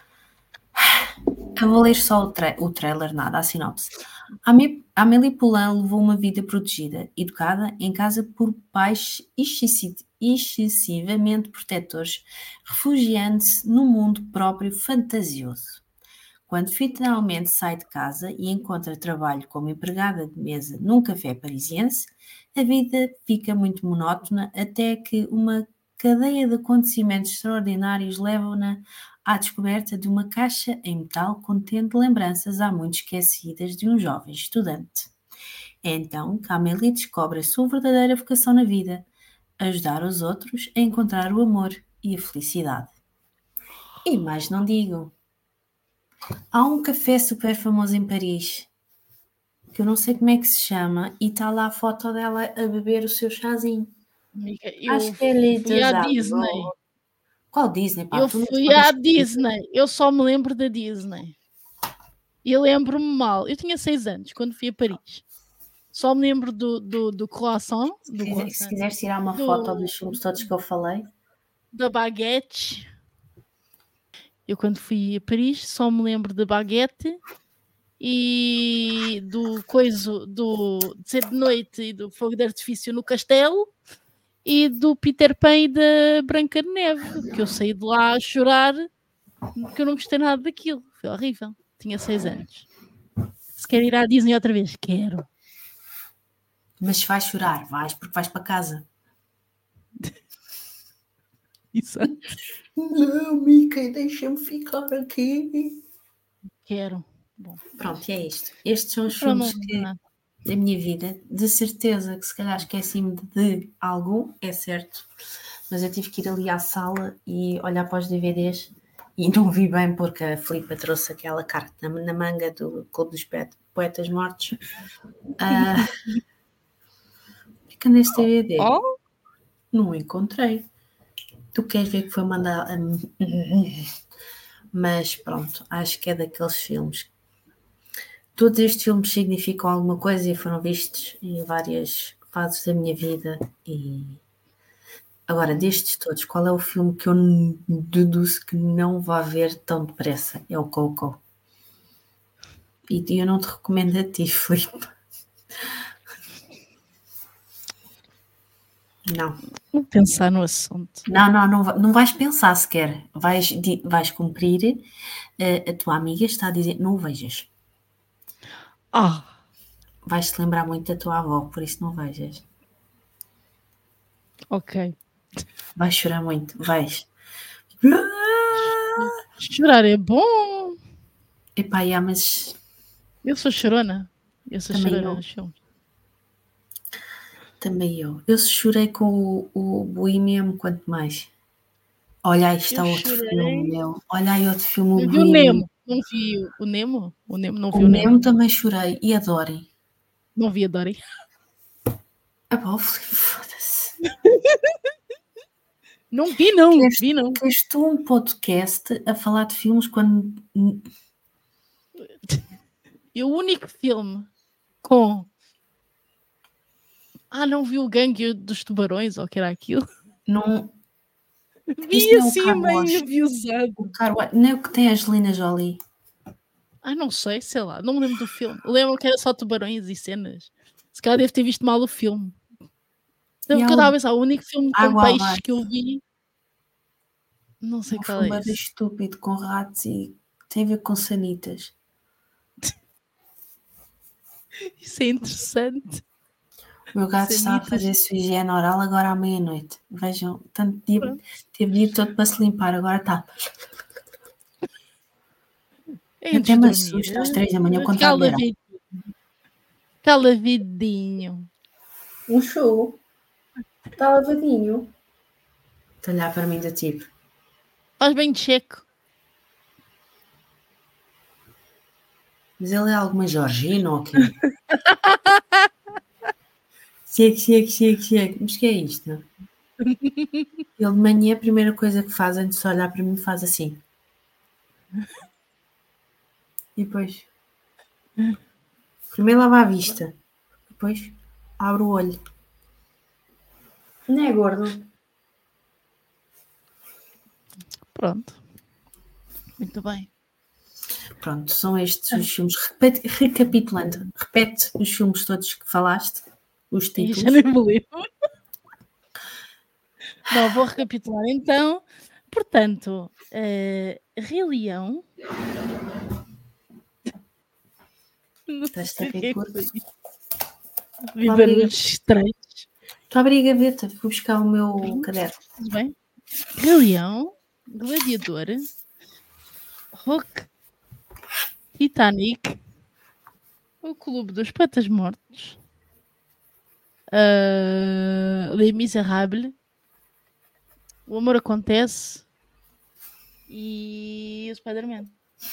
Eu vou ler só o trailer, nada, a sinopse. Amélie Poulain levou uma vida protegida, educada em casa por pais excessivamente protetores, refugiando-se num mundo próprio fantasioso. Quando finalmente sai de casa e encontra trabalho como empregada de mesa num café parisiense, a vida fica muito monótona até que uma cadeia de acontecimentos extraordinários levam-na à descoberta de uma caixa em metal contendo lembranças há muito esquecidas de um jovem estudante. É então que Amélie descobre a sua verdadeira vocação na vida: ajudar os outros a encontrar o amor e a felicidade. E mais não digo. Há um café super famoso em Paris, que eu não sei como é que se chama, e está lá a foto dela a beber o seu chazinho.
Amiga,
Acho
eu
que é ali
fui à
das
Disney.
Qual Disney, pá?
Eu
Tu não
fui
sabes
à
que-
Disney. Eu só me lembro da Disney. E lembro-me mal. Eu tinha 6 anos quando fui a Paris. Só me lembro do croissant, do
Se
croissant,
quiseres tirar uma foto dos filmes todos que eu falei,
da baguete. Eu quando fui a Paris só me lembro da baguete e do coiso de ser de noite e do fogo de artifício no castelo e do Peter Pan e da Branca de Neve, que eu saí de lá a chorar porque eu não gostei nada daquilo. Foi horrível. Tinha 6 anos. Se quer ir à Disney outra vez, quero.
mas se vais chorar, vais porque vais para casa.
Exato.
Não, Mickey, deixa-me ficar aqui.
Quero. Bom,
Pronto, e é isto. Estes são os
para não
filmes que,
não.
da minha vida. De certeza que se calhar esqueci-me de algum, é certo. Mas eu tive que ir ali à sala e olhar para os DVDs e não vi bem porque a Filipa trouxe aquela carta na manga do Clube dos Poetas Mortos. Fica neste DVD.
Oh,
Não encontrei. Tu queres ver que foi mandado. Mas pronto, acho que é daqueles filmes. Todos estes filmes significam alguma coisa e foram vistos em várias fases da minha vida. E agora, destes todos, qual é o filme que eu deduzo que não vá ver tão depressa? É o Coco. E eu não te recomendo a ti, Filipe. Não.
vou pensar no assunto.
Não vais pensar sequer. Vais cumprir. A tua amiga está a dizer, não o vejas.
Ah,
Vais-te lembrar muito da tua avó, por isso não vejas.
ok.
Vais chorar muito, vais.
Chorar é bom.
Epá, mas
Eu sou chorona. Eu sou
Também
chorona
eu.
nos filmes.
também eu. Eu chorei com o Bohemian, quanto mais. Olha, aí está
Eu
outro
chorei.
filme, meu. Olha aí outro filme, o
Não vi o
Bohemian.
Nemo. Não vi o Nemo. O Nemo, não vi
O
o Nemo.
Nemo também chorei e adorem.
Não vi a Dory.
Epá, foda-se.
Não vi, não.
Queres,
Vi, não.
queres tu um podcast a falar de filmes quando.
E o único filme com... Ah, não vi o Gangue dos Tubarões, ou o que era aquilo.
Não.
Vi
Isso não é o
assim,
Car
meio
Wash.
abiusado.
O Car Wash. Não é o que tem a Angelina Jolie.
Ah, não sei, sei lá. Não me lembro do filme. Lembro que era só tubarões e cenas. Se calhar deve ter visto mal o filme. Então,
E
que
há
eu estava a
o
pensar, o único filme com
Água
peixes
Abaixo.
que eu vi... Não sei
Um
qual
filme
é
bem
esse.
estúpido com ratos e tem a ver com sanitas.
Isso é interessante.
O meu gato está a
Sanitas.
fazer sua higiene oral agora à meia-noite. Vejam,
Pronto.
teve dia todo para se limpar, agora está.
É
Até
antes de
me
dormir.
assusta às 3 da manhã quando está a beber água.
Cala vidinho.
Um show. Está lavadinho. Está a olhar para mim do tipo.
Faz bem de checo.
Mas ele é alguma Georgina ou o quê? Chega. Mas que é isto? Ele de manhã, a primeira coisa que faz antes de olhar para mim, faz assim. E depois. Primeiro lava a vista. Depois abre o olho. Não é gordo?
Pronto. Muito bem.
Pronto, são estes os filmes. Recapitulando, repete os filmes todos que falaste, os
E
títulos.
já nem me lembro. Não, vou recapitular então. Portanto, Rei Leão. Não
Estás
sei
a
o que
ver
é que
curto?
foi. Vi
Obrigada.
barulhos estranhos.
Estou a abrir a gaveta, vou buscar o meu caderno.
Tudo bem? Rei Leão, Gladiador, Rock, Titanic, O Clube dos Poetas Mortos, Les Misérables, O Amor Acontece e o Spider-Man.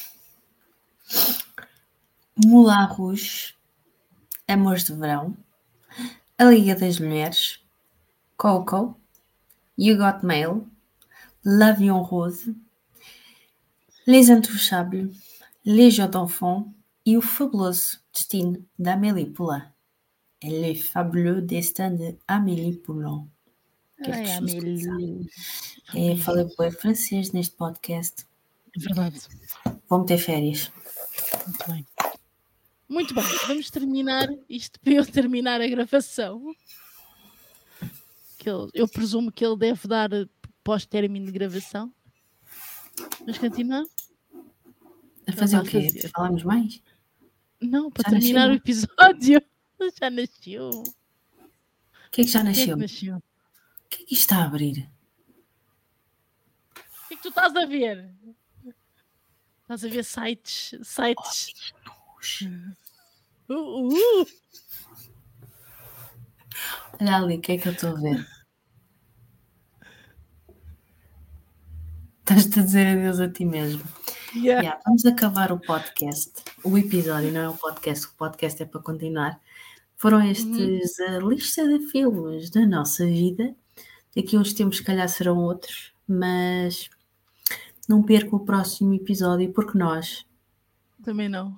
Moulin Rouge, Amores de Verão, A Liga das Mulheres, Coco, You Got Mail, L'Avion Rose, Les Intouchables, Les Jeux d'Enfants e O Fabuloso Destino de Amélie Poulain. Le Fabuleux Destin de Amélie Poulain. Que as
Ai,
pessoas
Amélie.
sabem. Eu falei bem francês neste podcast.
É verdade.
Vou meter férias.
Muito bem. Muito bem. Vamos terminar isto para eu terminar a gravação. Que eu presumo que ele deve dar pós-término de gravação. Vamos continuar?
A fazer o
vai
quê?
fazer.
Falamos mais?
Não, para
Já
terminar
nasceu?
o episódio. Já nasceu.
O que é que já
Quem é
nasceu?
que nasceu?
O que é que isto está a abrir?
O que é que tu estás a ver? Estás a ver sites.
Olha ali, o que é que eu estou a ver? Estás-te a dizer adeus a ti mesmo. Yeah, vamos acabar o podcast. O episódio não é o podcast é para continuar. Foram estes a lista de filmes da nossa vida. Daqui a uns tempos, se calhar, serão outros, mas não perca o próximo episódio porque nós.
Também não.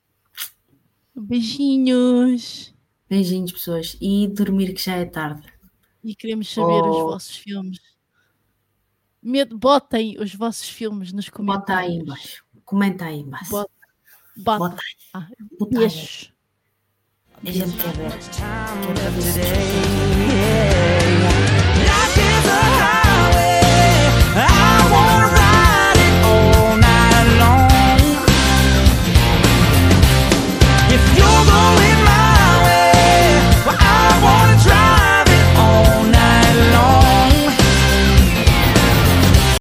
Beijinhos.
Beijinhos, pessoas, e dormir que já é tarde.
E queremos saber os
Oh.
vossos filmes. Botem os vossos filmes nos
Bota aí
comentários.
embaixo. Comenta aí embaixo.
Bota.
Bota
Ah,
Bota aí.
beijos.
A gente quer ver.
Time
Quer ver.
today.